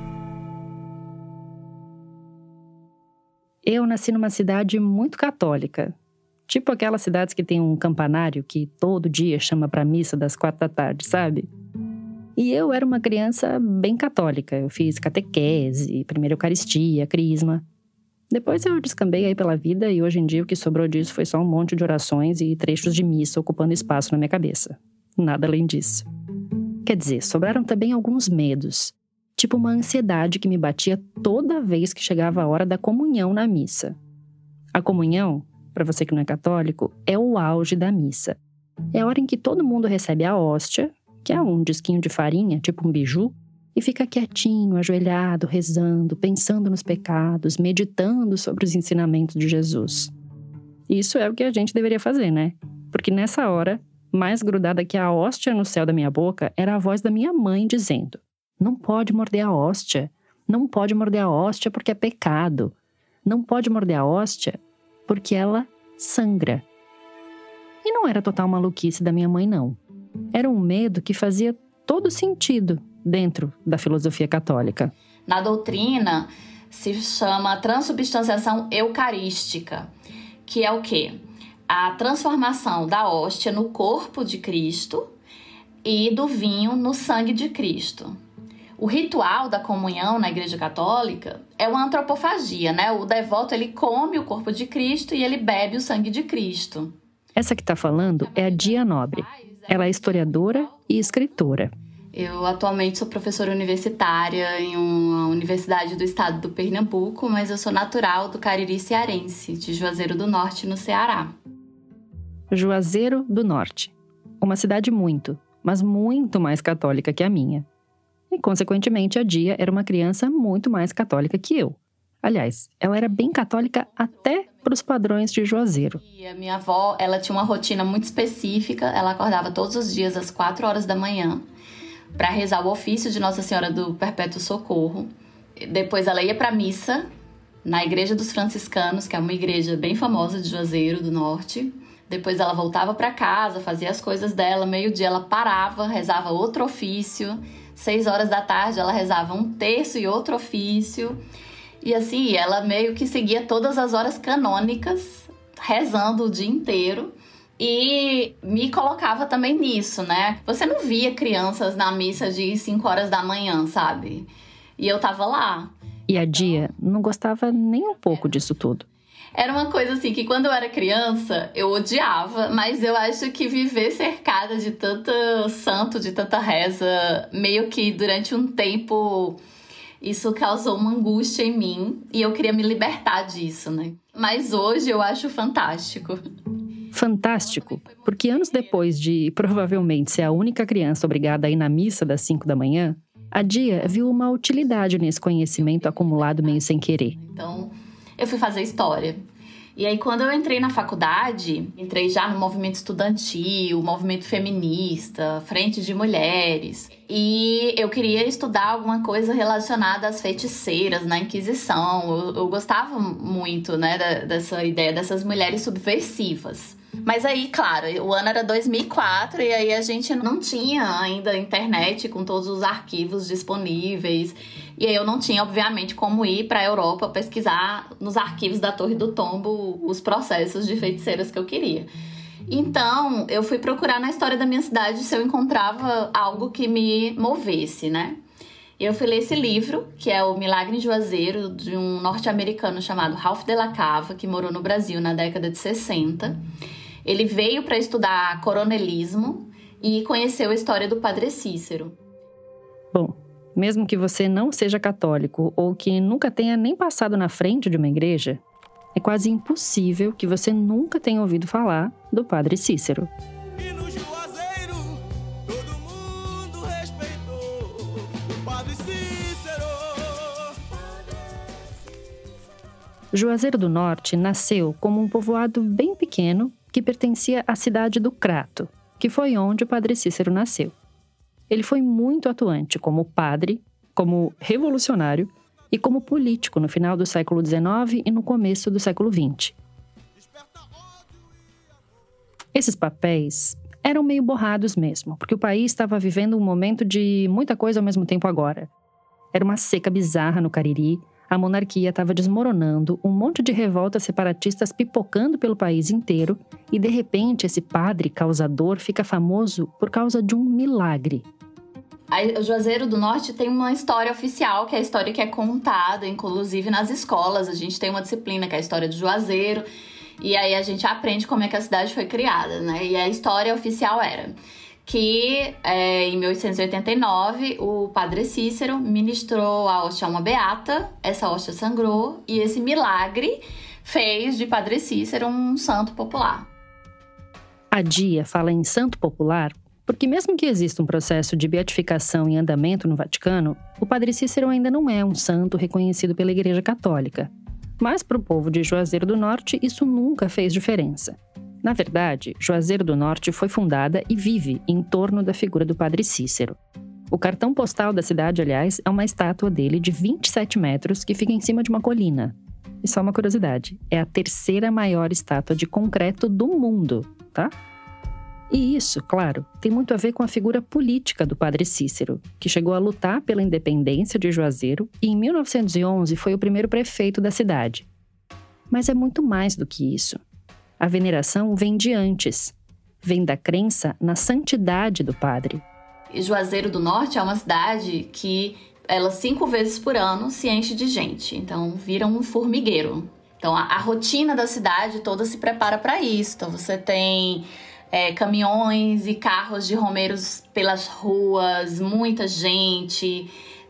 Eu nasci numa cidade muito católica. Tipo aquelas cidades que tem um campanário que todo dia chama pra missa das 4 da tarde, sabe? E eu era uma criança bem católica. Eu fiz catequese, primeira eucaristia, crisma. Depois eu descambei aí pela vida e hoje em dia o que sobrou disso foi só um monte de orações e trechos de missa ocupando espaço na minha cabeça. Nada além disso. Quer dizer, sobraram também alguns medos. Tipo uma ansiedade que me batia toda vez que chegava a hora da comunhão na missa. A comunhão, para você que não é católico, é o auge da missa. É a hora em que todo mundo recebe a hóstia, que é um disquinho de farinha, tipo um biju, e fica quietinho, ajoelhado, rezando, pensando nos pecados, meditando sobre os ensinamentos de Jesus. Isso é o que a gente deveria fazer, né? Porque nessa hora, mais grudada que a hóstia no céu da minha boca, era a voz da minha mãe dizendo: não pode morder a hóstia, não pode morder a hóstia porque é pecado, não pode morder a hóstia porque ela sangra. E não era total maluquice da minha mãe, não. Era um medo que fazia todo sentido dentro da filosofia católica. Na doutrina, se chama transubstanciação eucarística, que é o quê? A transformação da hóstia no corpo de Cristo e do vinho no sangue de Cristo. O ritual da comunhão na Igreja Católica é uma antropofagia, né? O devoto, ele come o corpo de Cristo e ele bebe o sangue de Cristo. Essa que está falando é a Dia Nobre. Ela é historiadora e escritora. Eu atualmente sou professora universitária em uma universidade do estado do Pernambuco, mas eu sou natural do Cariri cearense, de Juazeiro do Norte, no Ceará. Juazeiro do Norte. Uma cidade mas muito mais católica que a minha. E, consequentemente, a Dia era uma criança muito mais católica que eu. Aliás, ela era bem católica até para os padrões de Juazeiro. E a minha avó, ela tinha uma rotina muito específica. Ela acordava todos os dias às 4 horas da manhã para rezar o ofício de Nossa Senhora do Perpétuo Socorro. Depois ela ia para a missa na Igreja dos Franciscanos, que é uma igreja bem famosa de Juazeiro do Norte. Depois ela voltava para casa, fazia as coisas dela. Meio-dia ela parava, rezava outro ofício. 6 horas da tarde ela rezava um terço e outro ofício. E assim, ela meio que seguia todas as horas canônicas, rezando o dia inteiro. E me colocava também nisso, né? Você não via crianças na missa de 5 horas da manhã, sabe? E eu tava lá. E a Dia não gostava nem um pouco disso tudo. Era uma coisa assim que quando eu era criança, eu odiava, mas eu acho que viver cercada de tanto santo, de tanta reza, meio que durante um tempo isso causou uma angústia em mim e eu queria me libertar disso, né? Mas hoje eu acho fantástico. Fantástico, porque anos depois de provavelmente ser a única criança obrigada a ir na missa das 5 da manhã, a Dia viu uma utilidade nesse conhecimento acumulado meio sem querer. Então, eu fui fazer história. E aí, quando eu entrei na faculdade, entrei já no movimento estudantil, movimento feminista, frente de mulheres. E eu queria estudar alguma coisa relacionada às feiticeiras, na Inquisição. Eu gostava muito, né, dessa ideia dessas mulheres subversivas. Mas aí, claro, o ano era 2004 e aí a gente não tinha ainda internet com todos os arquivos disponíveis. E aí eu não tinha, obviamente, como ir para a Europa pesquisar nos arquivos da Torre do Tombo os processos de feiticeiras que eu queria. Então, eu fui procurar na história da minha cidade se eu encontrava algo que me movesse, né? Eu fui ler esse livro, que é O Milagre em Juazeiro, de um norte-americano chamado Ralph de la Cava, que morou no Brasil na década de 60. Ele veio para estudar coronelismo e conheceu a história do Padre Cícero. Bom, mesmo que você não seja católico ou que nunca tenha nem passado na frente de uma igreja, é quase impossível que você nunca tenha ouvido falar do Padre Cícero. E no Juazeiro, todo mundo respeitou o Padre Cícero. Juazeiro do Norte nasceu como um povoado bem pequeno que pertencia à cidade do Crato, que foi onde o Padre Cícero nasceu. Ele foi muito atuante como padre, como revolucionário e como político no final do século XIX e no começo do século XX. Esses papéis eram meio borrados mesmo, porque o país estava vivendo um momento de muita coisa ao mesmo tempo agora. Era uma seca bizarra no Cariri, a monarquia estava desmoronando, um monte de revoltas separatistas pipocando pelo país inteiro e, de repente, esse padre causador fica famoso por causa de um milagre. O Juazeiro do Norte tem uma história oficial, que é a história que é contada, inclusive nas escolas. A gente tem uma disciplina que é a história do Juazeiro, e aí a gente aprende como é que a cidade foi criada, né? E a história oficial era que em 1889 o Padre Cícero ministrou a hóstia a uma beata, essa hóstia sangrou e esse milagre fez de Padre Cícero um santo popular. A Dia fala em santo popular porque mesmo que exista um processo de beatificação em andamento no Vaticano, o Padre Cícero ainda não é um santo reconhecido pela Igreja Católica. Mas para o povo de Juazeiro do Norte isso nunca fez diferença. Na verdade, Juazeiro do Norte foi fundada e vive em torno da figura do Padre Cícero. O cartão postal da cidade, aliás, é uma estátua dele de 27 metros que fica em cima de uma colina. E só uma curiosidade, é a terceira maior estátua de concreto do mundo, tá? E isso, claro, tem muito a ver com a figura política do Padre Cícero, que chegou a lutar pela independência de Juazeiro e em 1911 foi o primeiro prefeito da cidade. Mas é muito mais do que isso. A veneração vem de antes, vem da crença na santidade do padre. Juazeiro do Norte é uma cidade que ela 5 vezes por ano se enche de gente, então vira um formigueiro. Então a rotina da cidade toda se prepara para isso. Então você tem caminhões e carros de romeiros pelas ruas, muita gente,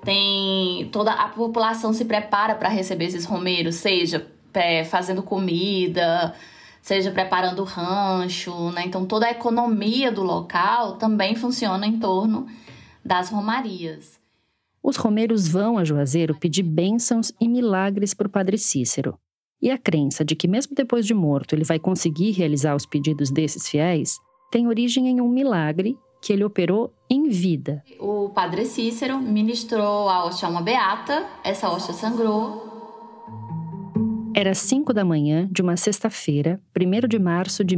toda a população se prepara para receber esses romeiros, seja fazendo comida, seja preparando o rancho, né? Então toda a economia do local também funciona em torno das romarias. Os romeiros vão a Juazeiro pedir bênçãos e milagres para o Padre Cícero. E a crença de que mesmo depois de morto ele vai conseguir realizar os pedidos desses fiéis tem origem em um milagre que ele operou em vida. O Padre Cícero ministrou a hóstia a uma beata, essa hóstia sangrou. Era 5 da manhã de uma sexta-feira, 1º de março de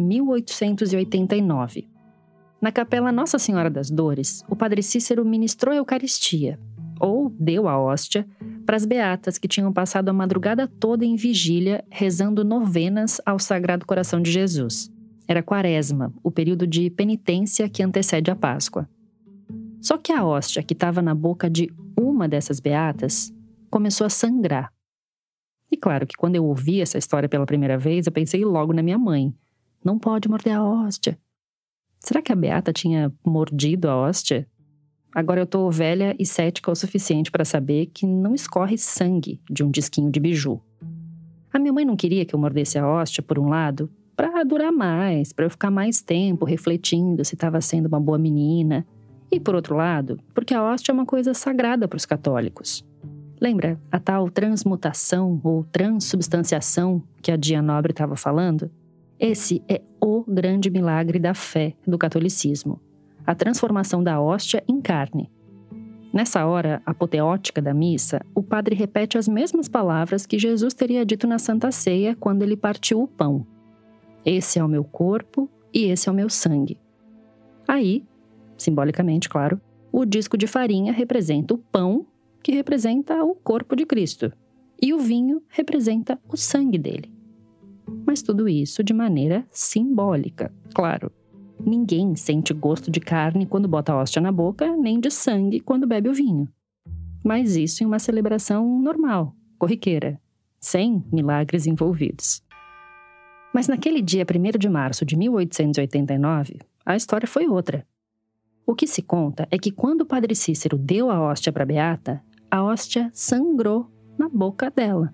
1889. Na capela Nossa Senhora das Dores, o Padre Cícero ministrou a Eucaristia, ou deu a hóstia, para as beatas que tinham passado a madrugada toda em vigília, rezando novenas ao Sagrado Coração de Jesus. Era Quaresma, o período de penitência que antecede a Páscoa. Só que a hóstia que estava na boca de uma dessas beatas começou a sangrar. E claro que quando eu ouvi essa história pela primeira vez, eu pensei logo na minha mãe. Não pode morder a hóstia. Será que a Beata tinha mordido a hóstia? Agora eu tô velha e cética o suficiente para saber que não escorre sangue de um disquinho de biju. A minha mãe não queria que eu mordesse a hóstia, por um lado, para durar mais, para eu ficar mais tempo refletindo se estava sendo uma boa menina. E por outro lado, porque a hóstia é uma coisa sagrada para os católicos. Lembra a tal transmutação ou transubstanciação que a Dia Nobre estava falando? Esse é o grande milagre da fé do catolicismo. A transformação da hóstia em carne. Nessa hora apoteótica da missa, o padre repete as mesmas palavras que Jesus teria dito na Santa Ceia quando ele partiu o pão. Esse é o meu corpo e esse é o meu sangue. Aí, simbolicamente, claro, o disco de farinha representa o pão, que representa o corpo de Cristo, e o vinho representa o sangue dele. Mas tudo isso de maneira simbólica, claro. Ninguém sente gosto de carne quando bota a hóstia na boca, nem de sangue quando bebe o vinho. Mas isso em uma celebração normal, corriqueira, sem milagres envolvidos. Mas naquele dia 1º de março de 1889, a história foi outra. O que se conta é que quando o padre Cícero deu a hóstia para Beata, a hóstia sangrou na boca dela.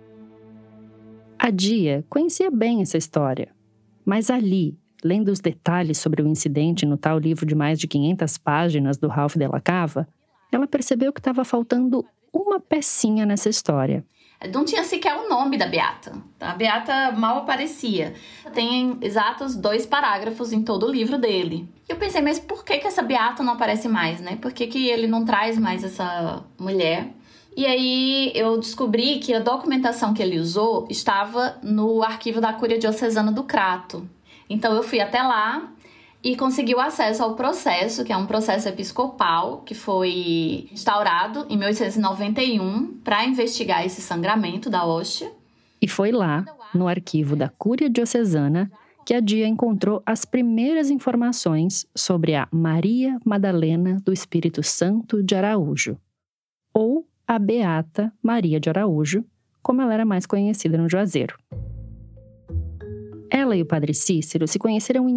A Dia conhecia bem essa história, mas ali, lendo os detalhes sobre o incidente no tal livro de mais de 500 páginas do Ralph Della Cava, ela percebeu que estava faltando uma pecinha nessa história. Não tinha sequer o nome da Beata. A Beata mal aparecia. Tem exatos 2 parágrafos em todo o livro dele. Eu pensei, mas por que essa Beata não aparece mais, né? Por que ele não traz mais essa mulher? E aí eu descobri que a documentação que ele usou estava no arquivo da Cúria Diocesana do Crato. Então eu fui até lá e consegui o acesso ao processo, que é um processo episcopal que foi instaurado em 1891 para investigar esse sangramento da hóstia. E foi lá, no arquivo da Cúria Diocesana, que a Dia encontrou as primeiras informações sobre a Maria Madalena do Espírito Santo de Araújo, ou a Beata Maria de Araújo, como ela era mais conhecida no Juazeiro. Ela e o padre Cícero se conheceram em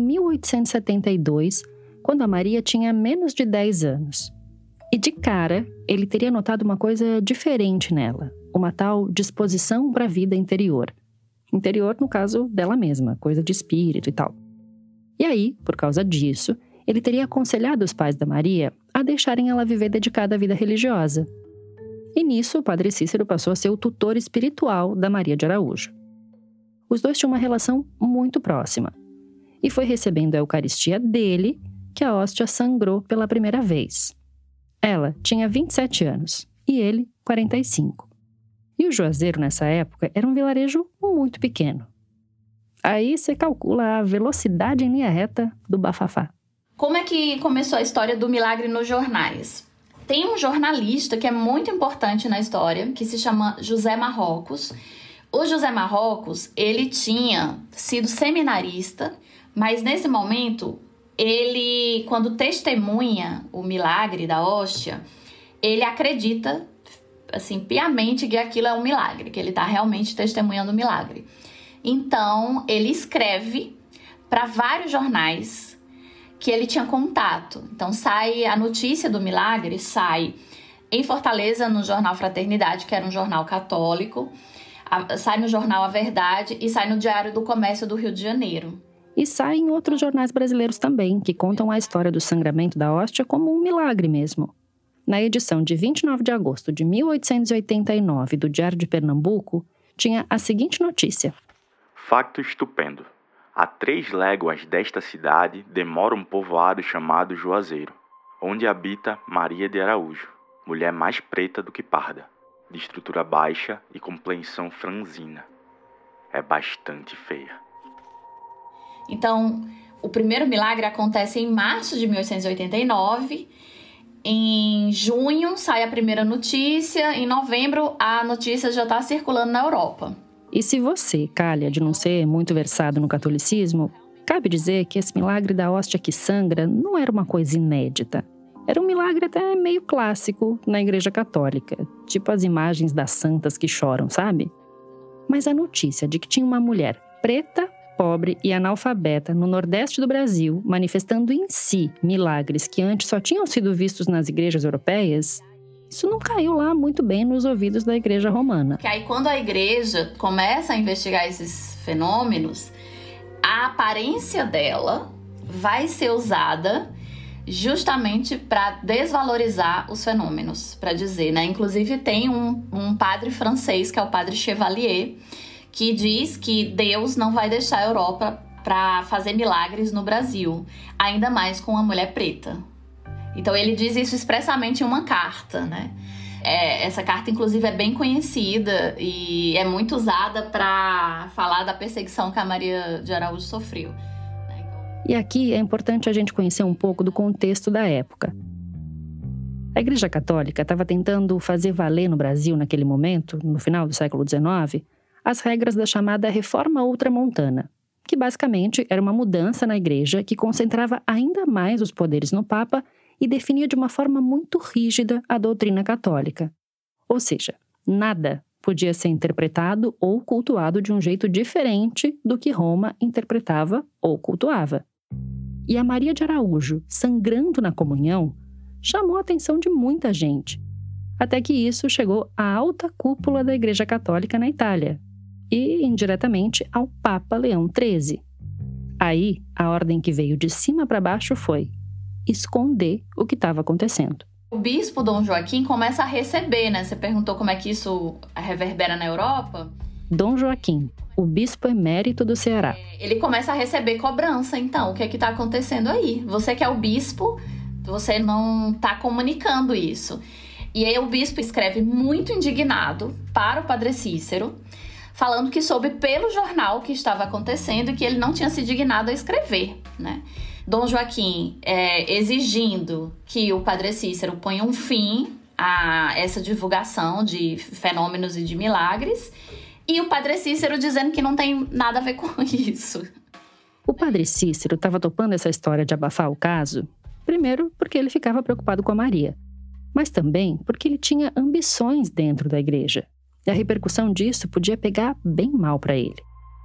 1872, quando a Maria tinha menos de 10 anos. E de cara, ele teria notado uma coisa diferente nela, uma tal disposição para a vida interior. Interior, no caso, dela mesma, coisa de espírito e tal. E aí, por causa disso, ele teria aconselhado os pais da Maria a deixarem ela viver dedicada à vida religiosa. E nisso, o padre Cícero passou a ser o tutor espiritual da Maria de Araújo. Os dois tinham uma relação muito próxima. E foi recebendo a Eucaristia dele que a hóstia sangrou pela primeira vez. Ela tinha 27 anos e ele 45. E o Juazeiro, nessa época, era um vilarejo muito pequeno. Aí você calcula a velocidade em linha reta do bafafá. Como é que começou a história do milagre nos jornais? Tem um jornalista que é muito importante na história, que se chama José Marrocos. O José Marrocos, ele tinha sido seminarista, mas nesse momento, ele, quando testemunha o milagre da hóstia, ele acredita, assim, piamente que aquilo é um milagre, que ele está realmente testemunhando o milagre. Então, ele escreve para vários jornais que ele tinha contato. Então, sai a notícia do milagre, sai em Fortaleza, no jornal Fraternidade, que era um jornal católico, sai no jornal A Verdade e sai no Diário do Comércio do Rio de Janeiro. E sai em outros jornais brasileiros também, que contam a história do sangramento da hóstia como um milagre mesmo. Na edição de 29 de agosto de 1889 do Diário de Pernambuco, tinha a seguinte notícia. Facto estupendo. A 3 léguas desta cidade demora um povoado chamado Juazeiro, onde habita Maria de Araújo, mulher mais preta do que parda, de estrutura baixa e complexão franzina. É bastante feia. Então, o primeiro milagre acontece em março de 1889. Em junho sai a primeira notícia. Em novembro, a notícia já está circulando na Europa. E se você calha de não ser muito versado no catolicismo, cabe dizer que esse milagre da hóstia que sangra não era uma coisa inédita. Era um milagre até meio clássico na Igreja Católica, tipo as imagens das santas que choram, sabe? Mas a notícia de que tinha uma mulher preta, pobre e analfabeta no Nordeste do Brasil, manifestando em si milagres que antes só tinham sido vistos nas igrejas europeias, isso não caiu lá muito bem nos ouvidos da Igreja Romana. Que aí quando a igreja começa a investigar esses fenômenos, a aparência dela vai ser usada justamente para desvalorizar os fenômenos, para dizer, né? Inclusive tem um padre francês, que é o padre Chevalier, que diz que Deus não vai deixar a Europa para fazer milagres no Brasil, ainda mais com uma mulher preta. Então ele diz isso expressamente em uma carta, né? Essa carta, inclusive, é bem conhecida e é muito usada para falar da perseguição que a Maria de Araújo sofreu. E aqui é importante a gente conhecer um pouco do contexto da época. A Igreja Católica estava tentando fazer valer no Brasil, naquele momento, no final do século XIX, as regras da chamada Reforma Ultramontana, que basicamente era uma mudança na Igreja que concentrava ainda mais os poderes no Papa e definia de uma forma muito rígida a doutrina católica. Ou seja, nada podia ser interpretado ou cultuado de um jeito diferente do que Roma interpretava ou cultuava. E a Maria de Araújo, sangrando na comunhão, chamou a atenção de muita gente, até que isso chegou à alta cúpula da Igreja Católica na Itália e, indiretamente, ao Papa Leão XIII. Aí, a ordem que veio de cima para baixo foi esconder o que estava acontecendo. O bispo Dom Joaquim começa a receber, né? Você perguntou como é que isso reverbera na Europa. Dom Joaquim, o bispo emérito do Ceará. Ele começa a receber cobrança, então. O que é que está acontecendo aí? Você que é o bispo, você não está comunicando isso. E aí o bispo escreve muito indignado para o padre Cícero, falando que soube pelo jornal o que estava acontecendo e que ele não tinha se dignado a escrever, né? Dom Joaquim exigindo que o padre Cícero ponha um fim a essa divulgação de fenômenos e de milagres, e o padre Cícero dizendo que não tem nada a ver com isso. O padre Cícero estava topando essa história de abafar o caso, primeiro porque ele ficava preocupado com a Maria, mas também porque ele tinha ambições dentro da igreja, e a repercussão disso podia pegar bem mal para ele.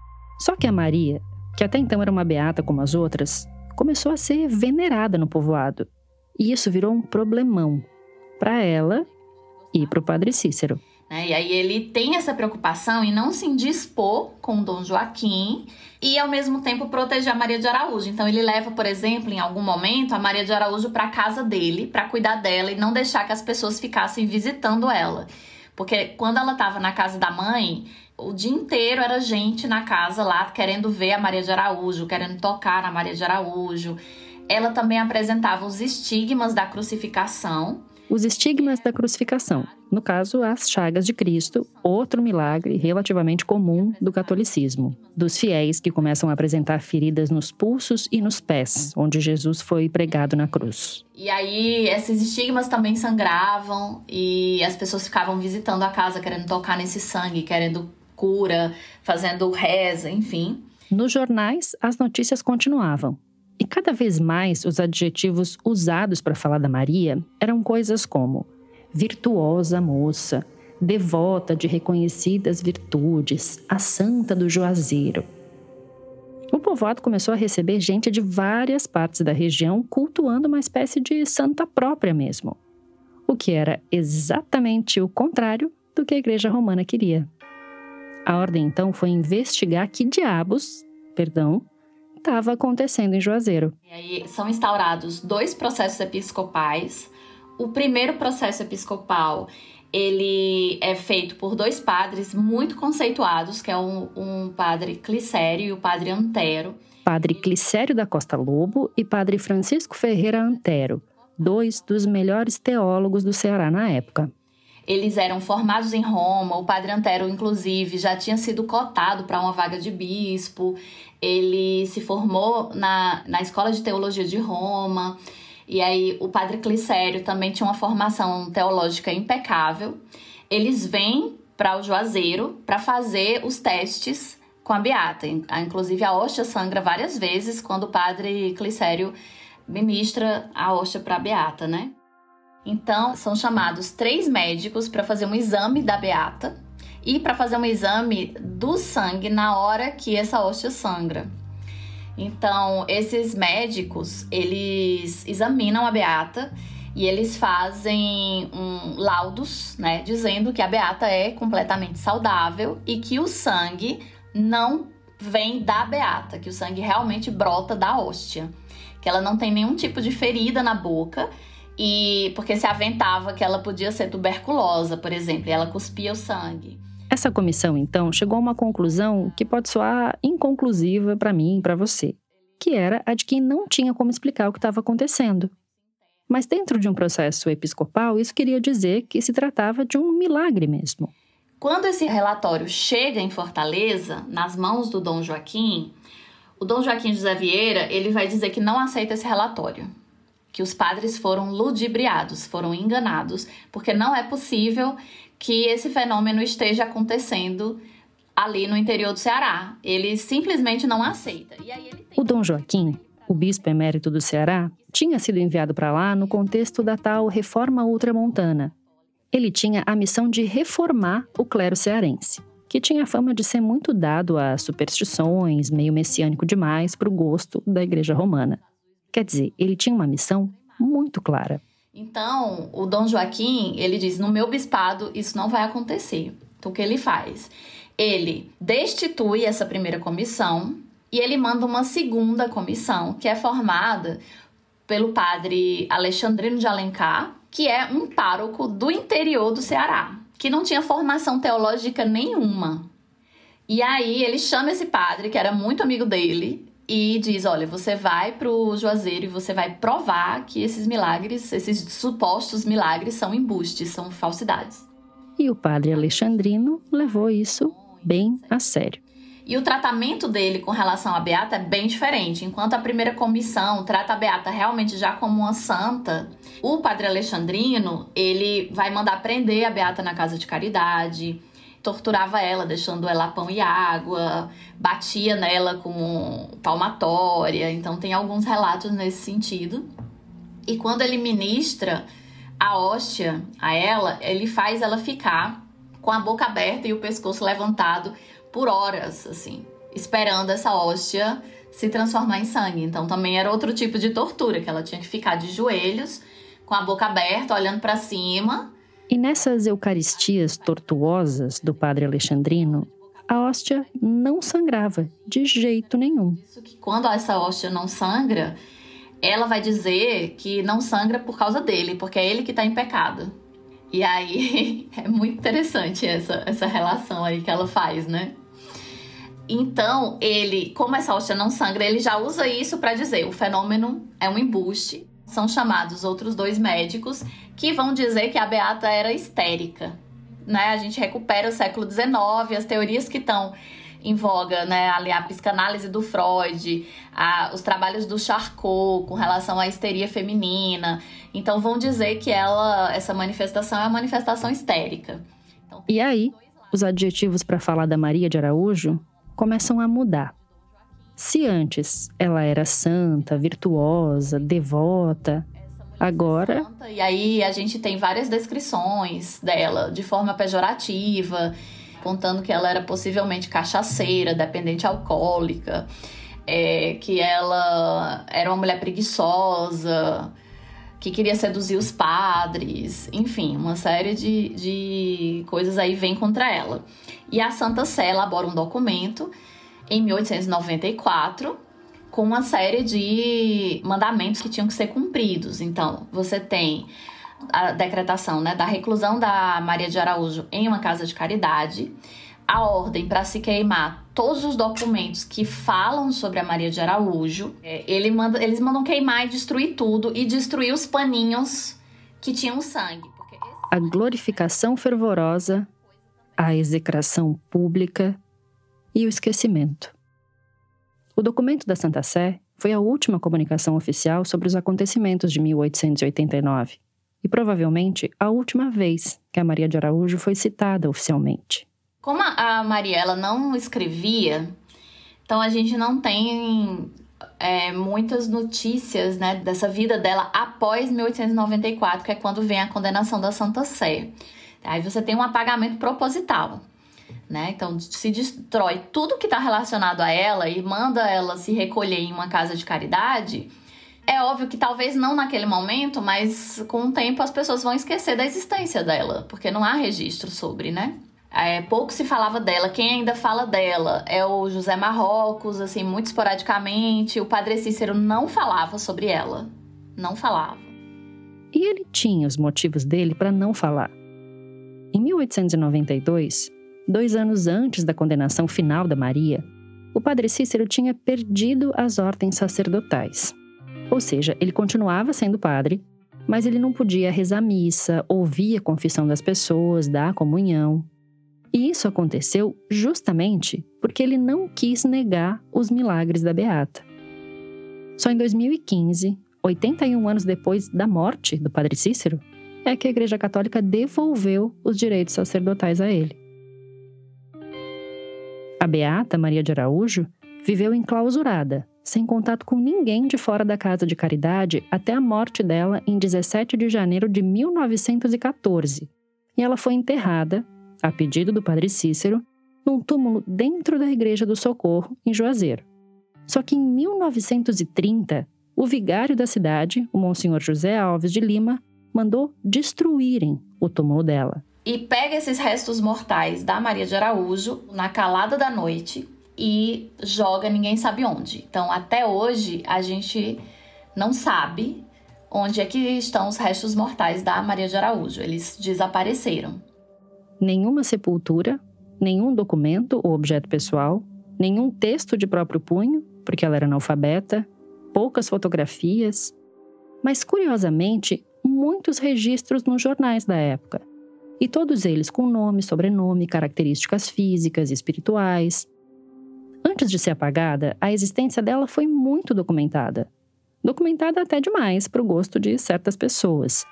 Só que a Maria, que até então era uma beata como as outras, começou a ser venerada no povoado. E isso virou um problemão para ela e para o padre Cícero. E aí ele tem essa preocupação em não se indispor com Dom Joaquim e, ao mesmo tempo, proteger a Maria de Araújo. Então ele leva, por exemplo, em algum momento, a Maria de Araújo para a casa dele, para cuidar dela e não deixar que as pessoas ficassem visitando ela. Porque quando ela estava na casa da mãe, o dia inteiro era gente na casa lá querendo ver a Maria de Araújo, querendo tocar na Maria de Araújo. Ela também apresentava os estigmas da crucificação. Os estigmas da crucificação, no caso, as chagas de Cristo, outro milagre relativamente comum do catolicismo, dos fiéis que começam a apresentar feridas nos pulsos e nos pés, onde Jesus foi pregado na cruz. E aí, esses estigmas também sangravam e as pessoas ficavam visitando a casa, querendo tocar nesse sangue, querendo cura, fazendo reza, enfim. Nos jornais, as notícias continuavam. E cada vez mais os adjetivos usados para falar da Maria eram coisas como virtuosa moça, devota de reconhecidas virtudes, a santa do Juazeiro. O povoado começou a receber gente de várias partes da região cultuando uma espécie de santa própria mesmo, o que era exatamente o contrário do que a Igreja Romana queria. A ordem, então, foi investigar que diabos, estava acontecendo em Juazeiro. E aí são instaurados 2 processos episcopais. O primeiro processo episcopal, ele é feito por 2 padres muito conceituados, que é um padre Clicério e o padre Antero. Padre Clicério da Costa Lobo e padre Francisco Ferreira Antero, 2 dos melhores teólogos do Ceará na época. Eles eram formados em Roma, o padre Antero, inclusive, já tinha sido cotado para uma vaga de bispo. Ele se formou na Escola de Teologia de Roma. E aí o padre Clicério também tinha uma formação teológica impecável. Eles vêm para o Juazeiro para fazer os testes com a beata. Inclusive a hóstia sangra várias vezes quando o padre Clicério ministra a hóstia para a beata, né? Então, são chamados 3 médicos para fazer um exame da beata e para fazer um exame do sangue na hora que essa hóstia sangra. Então, esses médicos, eles examinam a beata e eles fazem laudos, né, dizendo que a beata é completamente saudável e que o sangue não vem da beata, que o sangue realmente brota da hóstia, que ela não tem nenhum tipo de ferida na boca, e porque se aventava que ela podia ser tuberculosa, por exemplo, e ela cuspia o sangue. Essa comissão, então, chegou a uma conclusão que pode soar inconclusiva para mim e para você, que era a de que não tinha como explicar o que estava acontecendo. Mas dentro de um processo episcopal, isso queria dizer que se tratava de um milagre mesmo. Quando esse relatório chega em Fortaleza, nas mãos do Dom Joaquim, o Dom Joaquim José Vieira, ele vai dizer que não aceita esse relatório, que os padres foram ludibriados, foram enganados, porque não é possível que esse fenômeno esteja acontecendo ali no interior do Ceará. Ele simplesmente não aceita. E aí ele tem... O Dom Joaquim, o bispo emérito do Ceará, tinha sido enviado para lá no contexto da tal Reforma Ultramontana. Ele tinha a missão de reformar o clero cearense, que tinha fama de ser muito dado a superstições, meio messiânico demais para o gosto da Igreja Romana. Quer dizer, ele tinha uma missão muito clara. Então, o Dom Joaquim, ele diz, no meu bispado isso não vai acontecer. Então, o que ele faz? Ele destitui essa primeira comissão e ele manda uma segunda comissão, que é formada pelo padre Alexandrino de Alencar, que é um pároco do interior do Ceará, que não tinha formação teológica nenhuma. E aí ele chama esse padre, que era muito amigo dele, e diz, olha, você vai pro Juazeiro e você vai provar que esses milagres, esses supostos milagres são embustes, são falsidades. E o padre Alexandrino levou isso bem a sério. E o tratamento dele com relação à beata é bem diferente. Enquanto a primeira comissão trata a beata realmente já como uma santa, o padre Alexandrino, ele vai mandar prender a beata na casa de caridade, torturava ela, deixando ela pão e água, batia nela com palmatória. Então tem alguns relatos nesse sentido. E quando ele ministra a hóstia a ela, ele faz ela ficar com a boca aberta e o pescoço levantado por horas, assim, esperando essa hóstia se transformar em sangue. Então também era outro tipo de tortura, que ela tinha que ficar de joelhos, com a boca aberta, olhando para cima. E nessas eucaristias tortuosas do padre Alexandrino, a hóstia não sangrava de jeito nenhum. Isso que quando essa hóstia não sangra, ela vai dizer que não sangra por causa dele, porque é ele que está em pecado. E aí é muito interessante essa relação aí que ela faz, né? Então, ele, como essa hóstia não sangra, ele já usa isso para dizer o fenômeno é um embuste. São chamados outros dois médicos que vão dizer que a beata era histérica, né? A gente recupera o século XIX, as teorias que estão em voga, né? Ali a psicanálise do Freud, os trabalhos do Charcot com relação à histeria feminina. Então vão dizer que essa manifestação é uma manifestação histérica. Então, e aí, os adjetivos para falar da Maria de Araújo começam a mudar. Se antes ela era santa, virtuosa, devota, agora... E aí a gente tem várias descrições dela de forma pejorativa, apontando que ela era possivelmente cachaceira, dependente alcoólica, que ela era uma mulher preguiçosa, que queria seduzir os padres, enfim, uma série de coisas aí vem contra ela. E a Santa Sé elabora um documento em 1894 com uma série de mandamentos que tinham que ser cumpridos. Então, você tem a decretação, né, da reclusão da Maria de Araújo em uma casa de caridade, a ordem para se queimar todos os documentos que falam sobre a Maria de Araújo. Eles mandam queimar e destruir tudo e destruir os paninhos que tinham sangue. A glorificação fervorosa, a execração pública e o esquecimento. O documento da Santa Sé foi a última comunicação oficial sobre os acontecimentos de 1889 e provavelmente a última vez que a Maria de Araújo foi citada oficialmente. Como a Maria ela não escrevia, então a gente não tem muitas notícias, né, dessa vida dela após 1894, que é quando vem a condenação da Santa Sé. Aí você tem um apagamento proposital. né? Então, se destrói tudo que está relacionado a ela e manda ela se recolher em uma casa de caridade, é óbvio que talvez não naquele momento, mas com o tempo as pessoas vão esquecer da existência dela, porque não há registro sobre, né? Pouco se falava dela. Quem ainda fala dela é o José Marrocos, assim, muito esporadicamente. O Padre Cícero não falava sobre ela. Não falava. E ele tinha os motivos dele para não falar. Em 1892, 2 anos antes da condenação final da Maria, o Padre Cícero tinha perdido as ordens sacerdotais. Ou seja, ele continuava sendo padre, mas ele não podia rezar missa, ouvir a confissão das pessoas, dar a comunhão. E isso aconteceu justamente porque ele não quis negar os milagres da Beata. Só em 2015, 81 anos depois da morte do Padre Cícero, é que a Igreja Católica devolveu os direitos sacerdotais a ele. A Beata Maria de Araújo viveu enclausurada, sem contato com ninguém de fora da casa de caridade até a morte dela em 17 de janeiro de 1914. E ela foi enterrada, a pedido do Padre Cícero, num túmulo dentro da Igreja do Socorro, em Juazeiro. Só que em 1930, o vigário da cidade, o Monsenhor José Alves de Lima, mandou destruírem o túmulo dela. E pega esses restos mortais da Maria de Araújo, na calada da noite, e joga ninguém sabe onde. Então, até hoje, a gente não sabe onde é que estão os restos mortais da Maria de Araújo. Eles desapareceram. Nenhuma sepultura, nenhum documento ou objeto pessoal, nenhum texto de próprio punho, porque ela era analfabeta, poucas fotografias, mas, curiosamente, muitos registros nos jornais da época. E todos eles com nome, sobrenome, características físicas e espirituais. Antes de ser apagada, a existência dela foi muito documentada. Documentada até demais para o gosto de certas pessoas.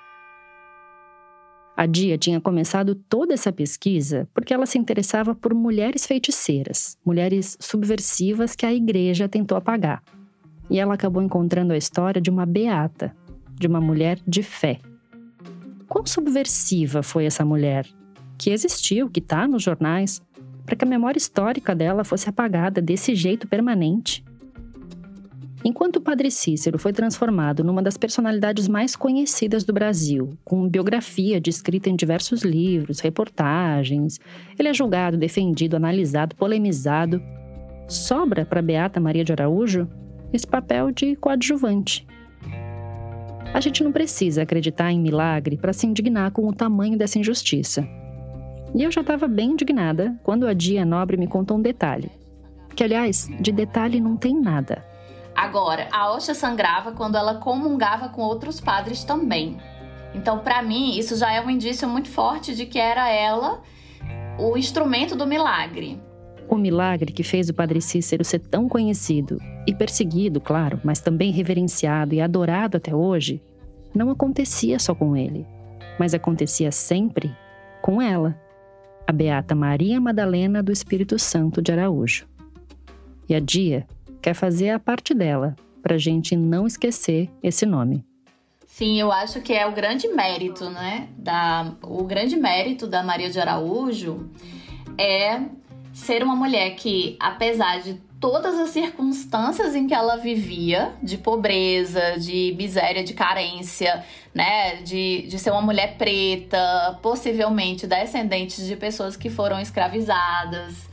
A Dia tinha começado toda essa pesquisa porque ela se interessava por mulheres feiticeiras, mulheres subversivas que a igreja tentou apagar. E ela acabou encontrando a história de uma beata, de uma mulher de fé. Quão subversiva foi essa mulher, que existiu, que está nos jornais, para que a memória histórica dela fosse apagada desse jeito permanente? Enquanto o Padre Cícero foi transformado numa das personalidades mais conhecidas do Brasil, com biografia descrita em diversos livros, reportagens, ele é julgado, defendido, analisado, polemizado, sobra para Beata Maria de Araújo esse papel de coadjuvante. A gente não precisa acreditar em milagre para se indignar com o tamanho dessa injustiça. E eu já estava bem indignada quando a Dia Nobre me contou um detalhe. Que, aliás, de detalhe não tem nada. Agora, a hóstia sangrava quando ela comungava com outros padres também. Então, para mim, isso já é um indício muito forte de que era ela o instrumento do milagre. O milagre que fez o Padre Cícero ser tão conhecido e perseguido, claro, mas também reverenciado e adorado até hoje, não acontecia só com ele, mas acontecia sempre com ela, a Beata Maria Madalena do Espírito Santo de Araújo. E a Dia quer fazer a parte dela, pra gente não esquecer esse nome. Sim, eu acho que é o grande mérito, né? O grande mérito da Maria de Araújo é ser uma mulher que, apesar de todas as circunstâncias em que ela vivia, de pobreza, de miséria, de carência, né? De ser uma mulher preta, possivelmente descendente de pessoas que foram escravizadas,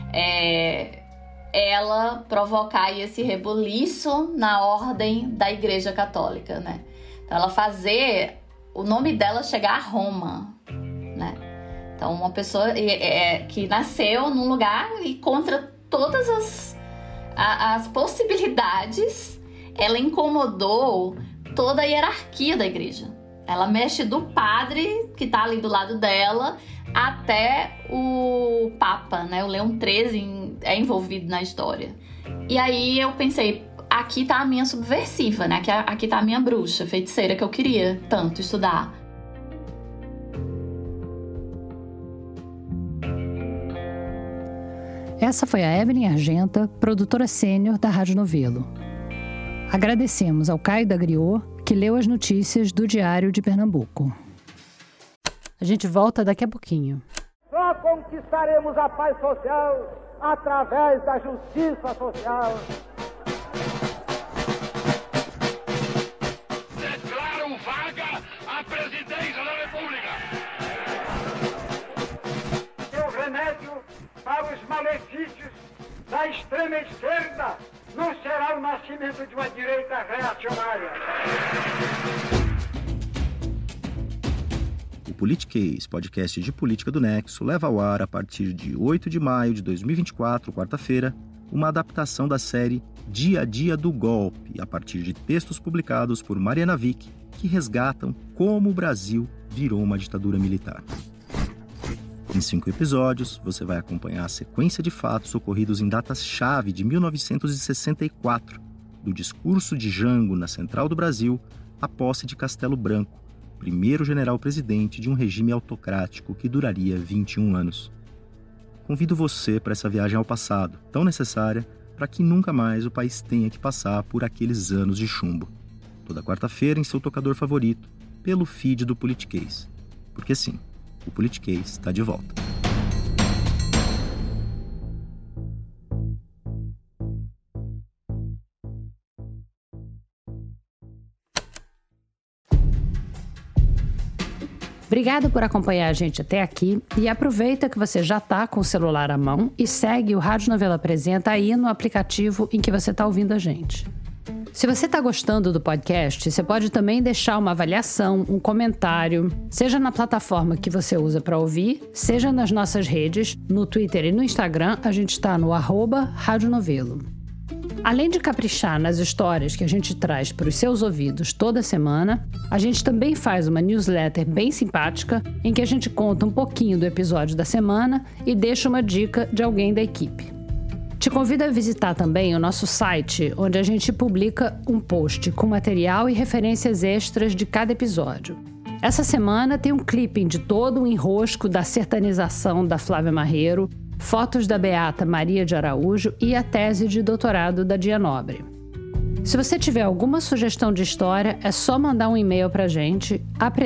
ela provocar esse rebuliço na ordem da Igreja Católica, né? Então, ela fazer o nome dela chegar a Roma, né? Então, uma pessoa que nasceu num lugar e contra todas as possibilidades, ela incomodou toda a hierarquia da igreja. Ela mexe do padre que tá ali do lado dela até o Papa, né? O Leão XIII é envolvido na história. E aí eu pensei, aqui tá a minha subversiva, né? Aqui tá a minha bruxa, feiticeira que eu queria tanto estudar. Essa foi a Evelyn Argenta, produtora sênior da Rádio Novelo. Agradecemos ao Caio da Griot, que leu as notícias do Diário de Pernambuco. A gente volta daqui a pouquinho. Só conquistaremos a paz social através da justiça social. Declaro vaga a presidência da República. O remédio para os malefícios da extrema esquerda não será o nascimento de uma direita reacionária. O Politiquês, podcast de política do Nexo, leva ao ar a partir de 8 de maio de 2024, quarta-feira, uma adaptação da série Dia a Dia do Golpe, a partir de textos publicados por Mariana Vick, que resgatam como o Brasil virou uma ditadura militar. Em 5 episódios, você vai acompanhar a sequência de fatos ocorridos em datas-chave de 1964, do discurso de Jango na Central do Brasil à posse de Castelo Branco, primeiro general-presidente de um regime autocrático que duraria 21 anos. Convido você para essa viagem ao passado, tão necessária para que nunca mais o país tenha que passar por aqueles anos de chumbo. Toda quarta-feira em seu tocador favorito, pelo feed do Politiquês. Porque sim, o Politiquês está de volta. Obrigada por acompanhar a gente até aqui e aproveita que você já está com o celular à mão e segue o Rádio Novelo Apresenta aí no aplicativo em que você está ouvindo a gente. Se você está gostando do podcast, você pode também deixar uma avaliação, um comentário, seja na plataforma que você usa para ouvir, seja nas nossas redes, no Twitter e no Instagram, a gente está no @radionovelo. Além de caprichar nas histórias que a gente traz para os seus ouvidos toda semana, a gente também faz uma newsletter bem simpática em que a gente conta um pouquinho do episódio da semana e deixa uma dica de alguém da equipe. Te convido a visitar também o nosso site, onde a gente publica um post com material e referências extras de cada episódio. Essa semana tem um clipping de todo o enrosco da sertanização da Flávia Marreiro, fotos da Beata Maria de Araújo e a tese de doutorado da Dia Nobre. Se você tiver alguma sugestão de história, é só mandar um e-mail pra gente,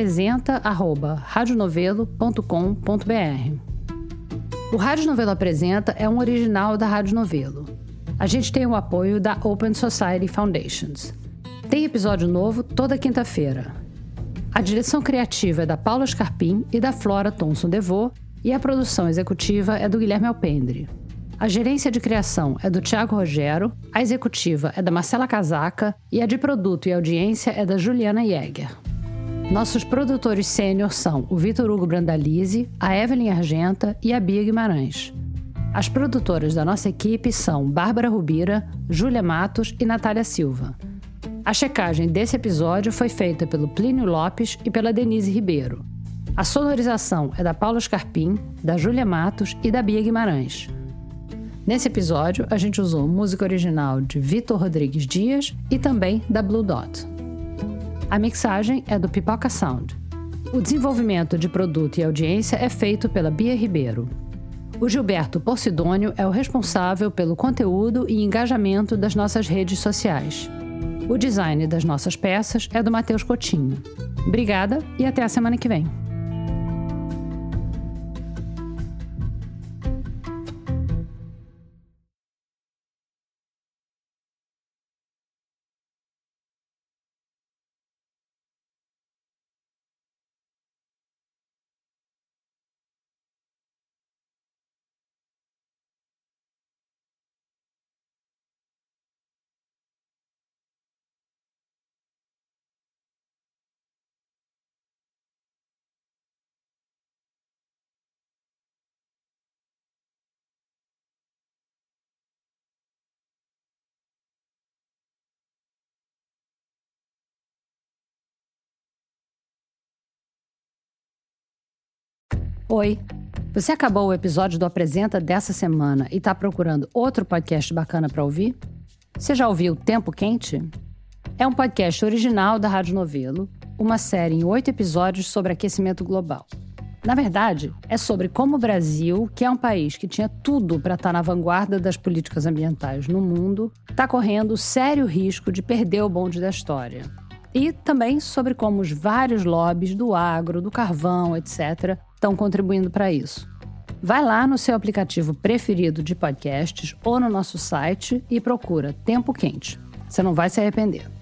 apresenta@radionovelo.com.br. O Rádio Novelo Apresenta é um original da Rádio Novelo. A gente tem o apoio da Open Society Foundations. Tem episódio novo toda quinta-feira. A direção criativa é da Paula Scarpim e da Flora Thomson-Devô, e a produção executiva é do Guilherme Alpendre. A gerência de criação é do Thiago Rogero, a executiva é da Marcela Casaca e a de produto e audiência é da Juliana Jäger. Nossos produtores sênior são o Vitor Hugo Brandalize, a Evelyn Argenta e a Bia Guimarães. As produtoras da nossa equipe são Bárbara Rubira, Júlia Matos e Natália Silva. A checagem desse episódio foi feita pelo Plínio Lopes e pela Denise Ribeiro. A sonorização é da Paula Scarpim, da Júlia Matos e da Bia Guimarães. Nesse episódio, a gente usou música original de Vitor Rodrigues Dias e também da Blue Dot. A mixagem é do Pipoca Sound. O desenvolvimento de produto e audiência é feito pela Bia Ribeiro. O Gilberto Porcidônio é o responsável pelo conteúdo e engajamento das nossas redes sociais. O design das nossas peças é do Matheus Coutinho. Obrigada e até a semana que vem. Oi, você acabou o episódio do Apresenta dessa semana e está procurando outro podcast bacana para ouvir? Você já ouviu Tempo Quente? É um podcast original da Rádio Novelo, uma série em 8 episódios sobre aquecimento global. Na verdade, é sobre como o Brasil, que é um país que tinha tudo para estar na vanguarda das políticas ambientais no mundo, está correndo sério risco de perder o bonde da história. E também sobre como os vários lobbies do agro, do carvão, etc., estão contribuindo para isso. Vai lá no seu aplicativo preferido de podcasts ou no nosso site e procura Tempo Quente. Você não vai se arrepender.